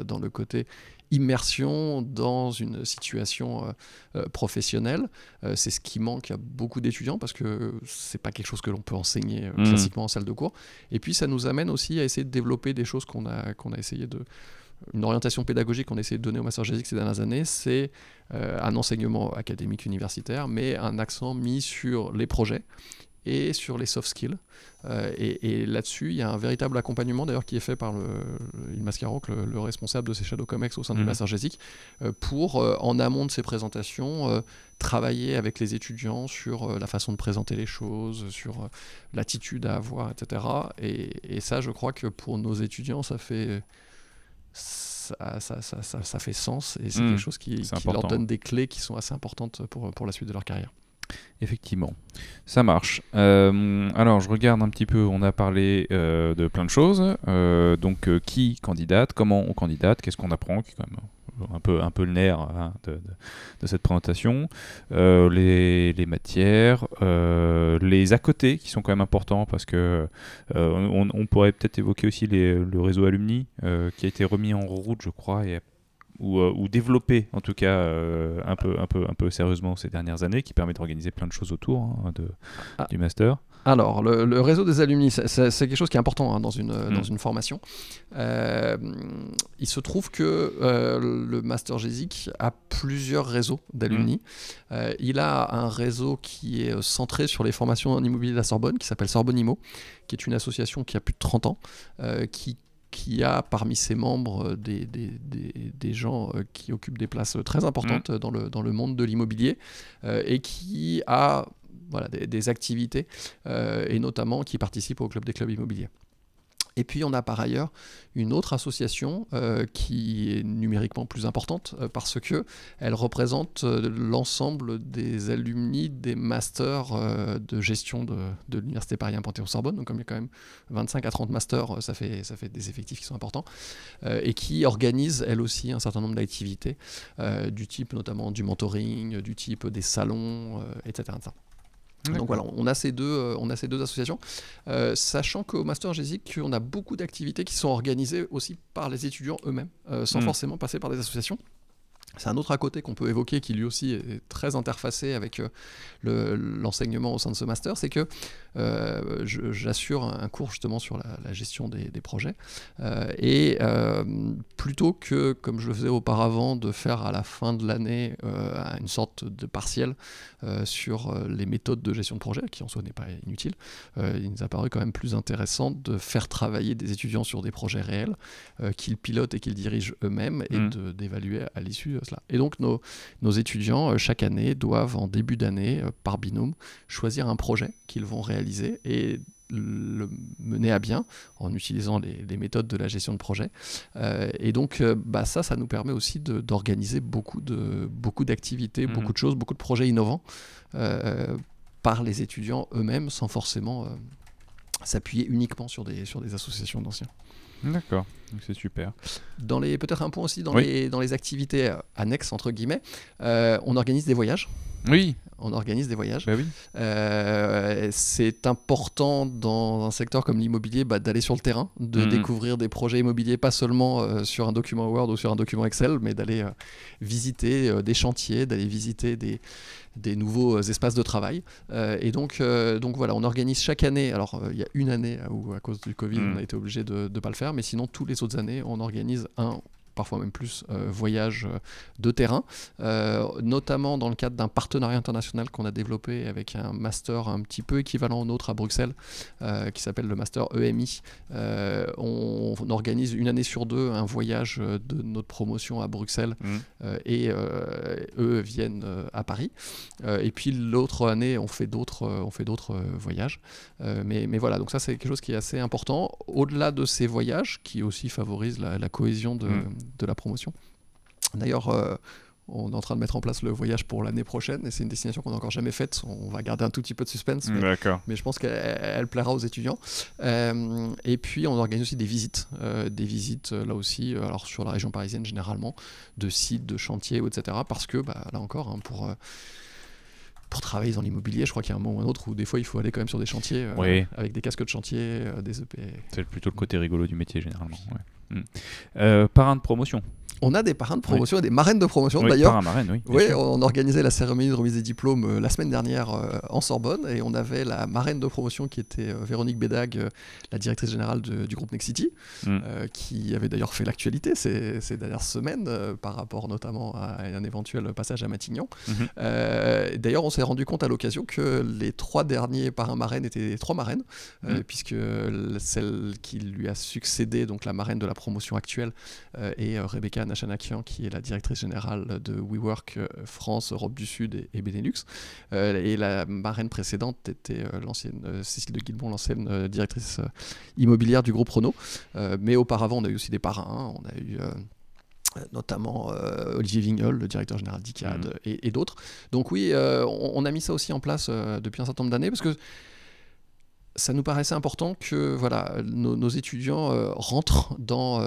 immersion dans une situation professionnelle. C'est ce qui manque à beaucoup d'étudiants parce que c'est pas quelque chose que l'on peut enseigner classiquement en salle de cours. Et puis ça nous amène aussi à essayer de développer des choses qu'on a essayé de... Une orientation pédagogique qu'on a essayé de donner au Master GESIC ces dernières années, c'est un enseignement académique universitaire, mais un accent mis sur les projets et sur les soft skills. Et là-dessus, il y a un véritable accompagnement d'ailleurs qui est fait par Ilmaz Karok, le responsable de ces Shadow Comex au sein du Master GESIC, pour, en amont de ces présentations, travailler avec les étudiants sur la façon de présenter les choses, sur l'attitude à avoir, etc. Et ça, je crois que pour nos étudiants, ça fait sens et c'est quelque chose qui leur donne des clés qui sont assez importantes pour la suite de leur carrière. Effectivement, ça marche. Alors, je regarde un petit peu, on a parlé de plein de choses. Donc, qui candidate, comment on candidate, qu'est-ce qu'on apprend, qui est quand même un peu le nerf de cette présentation. Les matières, les à côté qui sont quand même importants parce que on pourrait peut-être évoquer aussi le réseau alumni qui a été remis en route, je crois, ou développé en tout cas un peu sérieusement ces dernières années, qui permet d'organiser plein de choses autour du master. Alors, le réseau des alumni, c'est quelque chose qui est important dans une formation. Il se trouve que le Master GESIC a plusieurs réseaux d'alumni. Il a un réseau qui est centré sur les formations en immobilier de la Sorbonne, qui s'appelle Sorbonne Immo, qui est une association qui a plus de 30 ans, qui a parmi ses membres des gens qui occupent des places très importantes dans le monde de l'immobilier et qui a des activités et notamment qui participent au club des clubs immobiliers. Et puis on a par ailleurs une autre association qui est numériquement plus importante parce qu'elle représente l'ensemble des alumni des masters de gestion de l'Université Paris 1 Panthéon-Sorbonne. Donc comme il y a quand même 25 à 30 masters, ça fait des effectifs qui sont importants et qui organise elle aussi un certain nombre d'activités du type notamment du mentoring, du type des salons, etc. Donc voilà, on a ces deux associations, sachant qu'au Master GESIC, on a beaucoup d'activités qui sont organisées aussi par les étudiants eux-mêmes, sans forcément passer par des associations. C'est un autre à côté qu'on peut évoquer qui lui aussi est très interfacé avec l'enseignement au sein de ce master, c'est que j'assure un cours justement sur la gestion des projets et plutôt que, comme je le faisais auparavant, de faire à la fin de l'année une sorte de partiel sur les méthodes de gestion de projet, qui en soi n'est pas inutile, il nous a paru quand même plus intéressant de faire travailler des étudiants sur des projets réels qu'ils pilotent et qu'ils dirigent eux-mêmes et d'évaluer à l'issue cela. Et donc nos étudiants, chaque année, doivent en début d'année, par binôme, choisir un projet qu'ils vont réaliser et le mener à bien en utilisant les méthodes de la gestion de projet. Et donc ça nous permet aussi d'organiser beaucoup d'activités, beaucoup de choses, beaucoup de projets innovants par les étudiants eux-mêmes sans forcément s'appuyer uniquement sur des associations d'anciens. D'accord, donc c'est super. Peut-être un point aussi dans les activités annexes, entre guillemets, on organise des voyages. Oui. On organise des voyages. Bah oui. C'est important dans un secteur comme l'immobilier d'aller sur le terrain, de découvrir des projets immobiliers, pas seulement sur un document Word ou sur un document Excel, mais d'aller visiter des chantiers, d'aller visiter des nouveaux espaces de travail. Et donc voilà, on organise chaque année. Alors il y a une année où à cause du Covid on a été obligé de ne pas le faire, mais sinon tous les autres années on organise parfois même plus, voyages de terrain, notamment dans le cadre d'un partenariat international qu'on a développé avec un master un petit peu équivalent au nôtre à Bruxelles, qui s'appelle le master EMI. On organise une année sur deux un voyage de notre promotion à Bruxelles et eux viennent à Paris. Et puis l'autre année, on fait d'autres voyages. Mais voilà, donc ça c'est quelque chose qui est assez important. Au-delà de ces voyages, qui aussi favorisent la cohésion de la promotion. D'ailleurs, on est en train de mettre en place le voyage pour l'année prochaine et c'est une destination qu'on n'a encore jamais faite. On va garder un tout petit peu de suspense, mais je pense qu'elle plaira aux étudiants. Et puis on organise aussi des visites là aussi, alors sur la région parisienne généralement, de sites, de chantiers, etc. Parce que là encore, pour travailler dans l'immobilier, je crois qu'il y a un moment ou un autre où des fois il faut aller quand même sur des chantiers avec des casques de chantier, des EP. C'est plutôt le côté rigolo du métier généralement. Parrain de promotion. On a des parrains de promotion et des marraines de promotion d'ailleurs. Parrain, marraine, on organisait la cérémonie de remise des diplômes la semaine dernière en Sorbonne et on avait la marraine de promotion qui était Véronique Bédag, la directrice générale du groupe Nexity, qui avait d'ailleurs fait l'actualité ces dernières semaines par rapport notamment à un éventuel passage à Matignon. D'ailleurs, on s'est rendu compte à l'occasion que les 3 derniers parrains marraines étaient les 3 marraines, puisque celle qui lui a succédé, donc la marraine de la promotion actuelle, est Rebecca Nachanakian, qui est la directrice générale de WeWork France, Europe du Sud et Benelux. Et la marraine précédente était l'ancienne Cécile de Guilbon, l'ancienne directrice immobilière du groupe Renault. Mais auparavant, on a eu aussi des parrains. On a eu notamment Olivier Vignol, le directeur général d'ICAD, et d'autres. Donc oui, on a mis ça aussi en place depuis un certain nombre d'années, parce que ça nous paraissait important que nos étudiants rentrent dans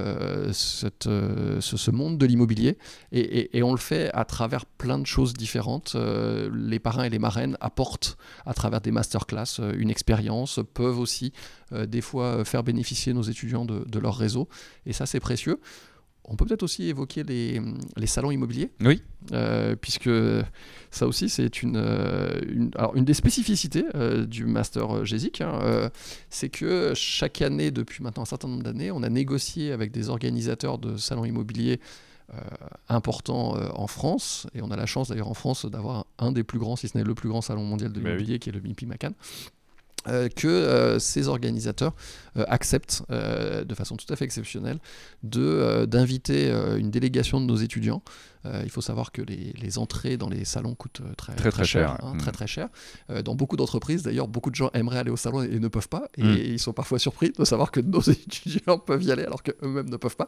ce monde de l'immobilier et on le fait à travers plein de choses différentes. Les parrains et les marraines apportent à travers des masterclass une expérience, peuvent aussi des fois faire bénéficier nos étudiants de leur réseau et ça c'est précieux. On peut peut-être aussi évoquer les salons immobiliers, puisque ça aussi c'est une des spécificités du master GESIC, c'est que chaque année, depuis maintenant un certain nombre d'années, on a négocié avec des organisateurs de salons immobiliers importants en France, et on a la chance d'ailleurs en France d'avoir un des plus grands, si ce n'est le plus grand salon mondial de l'immobilier, qui est le MIPIM à Cannes. que ces organisateurs acceptent de façon tout à fait exceptionnelle d'inviter une délégation de nos étudiants. Il faut savoir que les entrées dans les salons coûtent très cher, très cher. Dans beaucoup d'entreprises, d'ailleurs, beaucoup de gens aimeraient aller au salon et ne peuvent pas, et ils sont parfois surpris de savoir que nos étudiants peuvent y aller alors qu'eux-mêmes ne peuvent pas.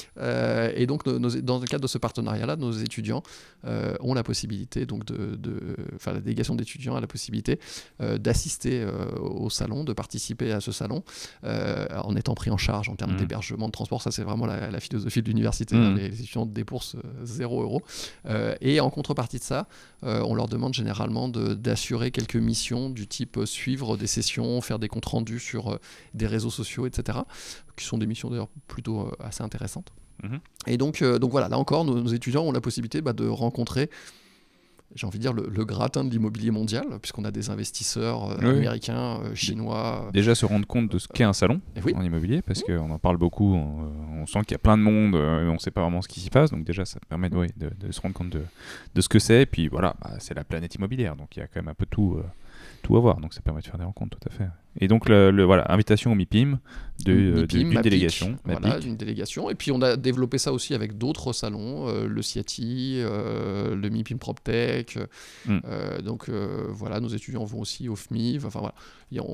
Et donc, dans le cadre de ce partenariat-là, nos étudiants ont la possibilité, donc la délégation d'étudiants a la possibilité d'assister au salon, de participer à ce salon, en étant pris en charge en termes d'hébergement, de transport. Ça, c'est vraiment la philosophie de l'université. Les étudiants déboursent 0 €. Et en contrepartie de ça, on leur demande généralement d'assurer quelques missions du type suivre des sessions, faire des comptes rendus sur des réseaux sociaux, etc., qui sont des missions d'ailleurs plutôt assez intéressantes. Et donc voilà, là encore, nos étudiants ont la possibilité de rencontrer, j'ai envie de dire, le gratin de l'immobilier mondial, puisqu'on a des investisseurs américains, chinois. Déjà se rendre compte de ce qu'est un salon en immobilier, parce qu'on en parle beaucoup, on sent qu'il y a plein de monde, on ne sait pas vraiment ce qui s'y passe, donc déjà ça permet de se rendre compte de ce que c'est, et puis voilà, c'est la planète immobilière, donc il y a quand même un peu tout à voir, donc ça permet de faire des rencontres, tout à fait. Et donc voilà, invitation au MIPIM d'une délégation. Voilà, d'une délégation. Et puis on a développé ça aussi avec d'autres salons, le CIATI, le MIPIM PropTech. Donc voilà, nos étudiants vont aussi au FMIV. Enfin voilà,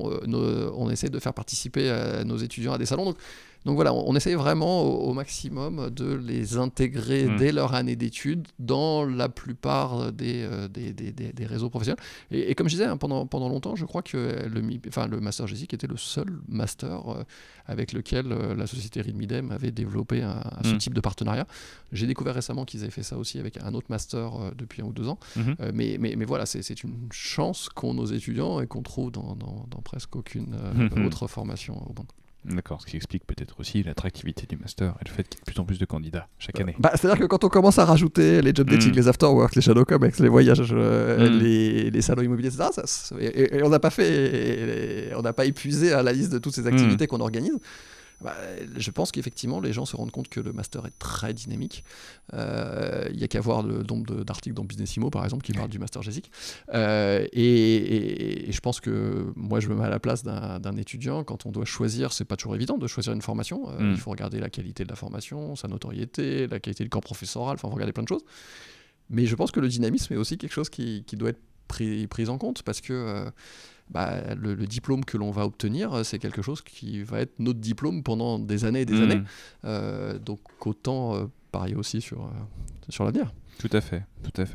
on essaie de faire participer nos étudiants à des salons. Donc voilà, on essaie vraiment au maximum de les intégrer dès leur année d'études dans la plupart des réseaux professionnels. Et comme je disais, pendant longtemps, je crois que le Master GESIC était le seul master avec lequel la société Reed Midem avait développé ce type de partenariat. J'ai découvert récemment qu'ils avaient fait ça aussi avec un autre master depuis 1 ou 2 ans. Mais voilà, c'est une chance qu'ont nos étudiants et qu'on trouve dans presque aucune autre formation au monde. D'accord, ce qui explique peut-être aussi l'attractivité du master et le fait qu'il y ait de plus en plus de candidats chaque année. C'est-à-dire que quand on commence à rajouter les job dating, les afterworks, les shadow comex, les voyages, les salons immobiliers, etc., et on n'a pas épuisé la liste de toutes ces activités qu'on organise. Je pense qu'effectivement les gens se rendent compte que le master est très dynamique. Il n'y a qu'à voir le nombre d'articles dans Business Immo par exemple qui parlent du master GESIC. Et je pense que moi je me mets à la place d'un étudiant. Quand on doit choisir, c'est pas toujours évident de choisir une formation. Il faut regarder la qualité de la formation, sa notoriété, la qualité du corps professoral, il faut regarder plein de choses. Mais je pense que le dynamisme est aussi quelque chose qui doit être pris en compte, parce que le diplôme que l'on va obtenir, c'est quelque chose qui va être notre diplôme pendant des années et des années. Donc autant parier aussi sur l'avenir. Tout à fait.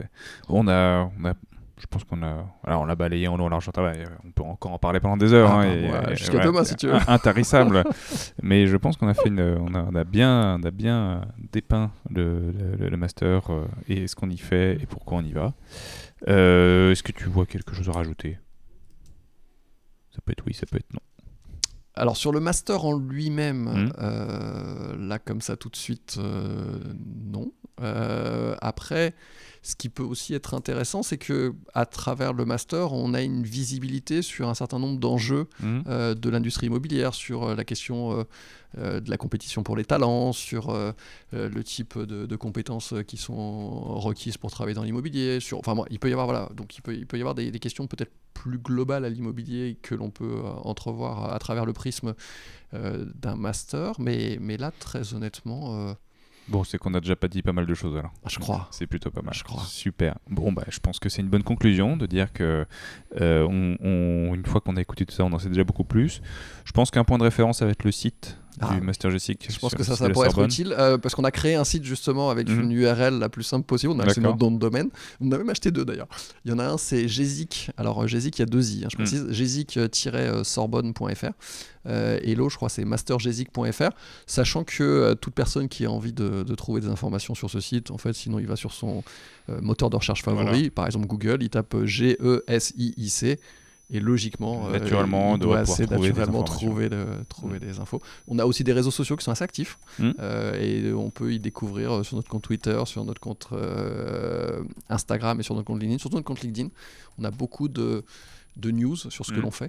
Je pense qu'on l'a balayé en long, en large, en travail. On peut encore en parler pendant des heures. Jusqu'à demain, si tu veux. Intarissable. Mais je pense qu'on a fait on a bien dépeint le master et ce qu'on y fait et pourquoi on y va. Est-ce que tu vois quelque chose à rajouter ? Ça peut être oui, ça peut être non. Alors sur le master en lui-même, là comme ça tout de suite, non. Après, ce qui peut aussi être intéressant, c'est que à travers le master, on a une visibilité sur un certain nombre d'enjeux de l'industrie immobilière, sur la question de la compétition pour les talents, sur le type de compétences qui sont requises pour travailler dans l'immobilier. Il peut y avoir donc il peut y avoir des questions peut-être plus globales à l'immobilier que l'on peut entrevoir à travers le prisme d'un master, mais là très honnêtement. Bon, c'est qu'on a déjà pas dit pas mal de choses alors. Je crois. C'est plutôt pas mal. Je crois. Super. Bon, je pense que c'est une bonne conclusion de dire que une fois qu'on a écouté tout ça, on en sait déjà beaucoup plus. Je pense qu'un point de référence, ça va être le site du Master GESIC. Je pense que ça pourrait être utile parce qu'on a créé un site justement avec une URL la plus simple possible. On a acheté notre nom de domaine. On a même acheté 2 d'ailleurs. Il y en a un, c'est GESIC. Alors GESIC, il y a 2 i, je précise. GESIC-sorbonne.fr. Et l'autre, je crois, c'est mastergesic.fr. Sachant que toute personne qui a envie de trouver des informations sur ce site, en fait, sinon il va sur son moteur de recherche favori, par exemple Google, il tape GESIIC. Et logiquement, naturellement, il doit assez naturellement trouver des infos. On a aussi des réseaux sociaux qui sont assez actifs et on peut y découvrir sur notre compte Twitter, sur notre compte Instagram et sur notre compte LinkedIn. Surtout notre compte LinkedIn, on a beaucoup de de news sur ce que l'on fait.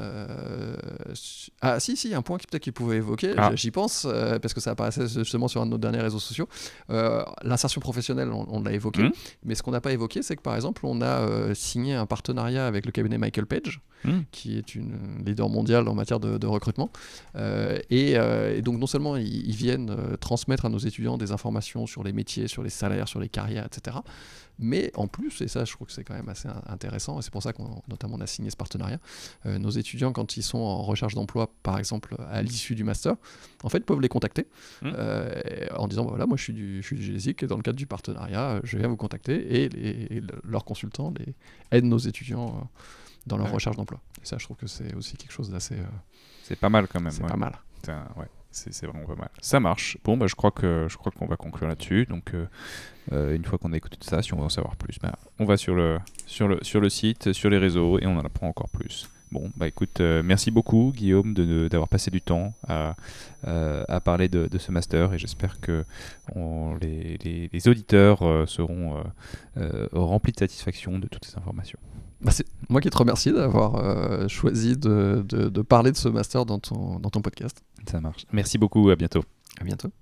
Ah si, un point peut-être qu'il pouvait évoquer, j'y pense, parce que ça apparaissait justement sur un de nos derniers réseaux sociaux. L'insertion professionnelle, on l'a évoqué, mais ce qu'on n'a pas évoqué, c'est que par exemple, on a signé un partenariat avec le cabinet Michael Page, qui est une leader mondiale en matière de recrutement. Et donc non seulement ils viennent transmettre à nos étudiants des informations sur les métiers, sur les salaires, sur les carrières, etc. Mais en plus, et ça je trouve que c'est quand même assez intéressant, et c'est pour ça qu'on notamment on a signé ce partenariat, nos étudiants quand ils sont en recherche d'emploi, par exemple à l'issue du master, en fait peuvent les contacter en disant voilà, moi je suis du GESIC et dans le cadre du partenariat, je viens vous contacter, et leurs consultants aident nos étudiants dans leur recherche d'emploi. Et ça je trouve que c'est aussi quelque chose d'assez... c'est pas mal quand même. C'est pas mal. C'est vraiment pas mal. Ça marche. Bon, je crois qu'on va conclure là-dessus. Donc, une fois qu'on a écouté tout ça, si on veut en savoir plus, on va sur le site, sur les réseaux, et on en apprend encore plus. Bon, écoute, merci beaucoup, Guillaume, d'avoir passé du temps à parler de ce master, et j'espère que les auditeurs seront remplis de satisfaction de toutes ces informations. C'est moi qui te remercie d'avoir choisi de parler de ce master dans ton podcast. Ça marche. Merci beaucoup, à bientôt. À bientôt.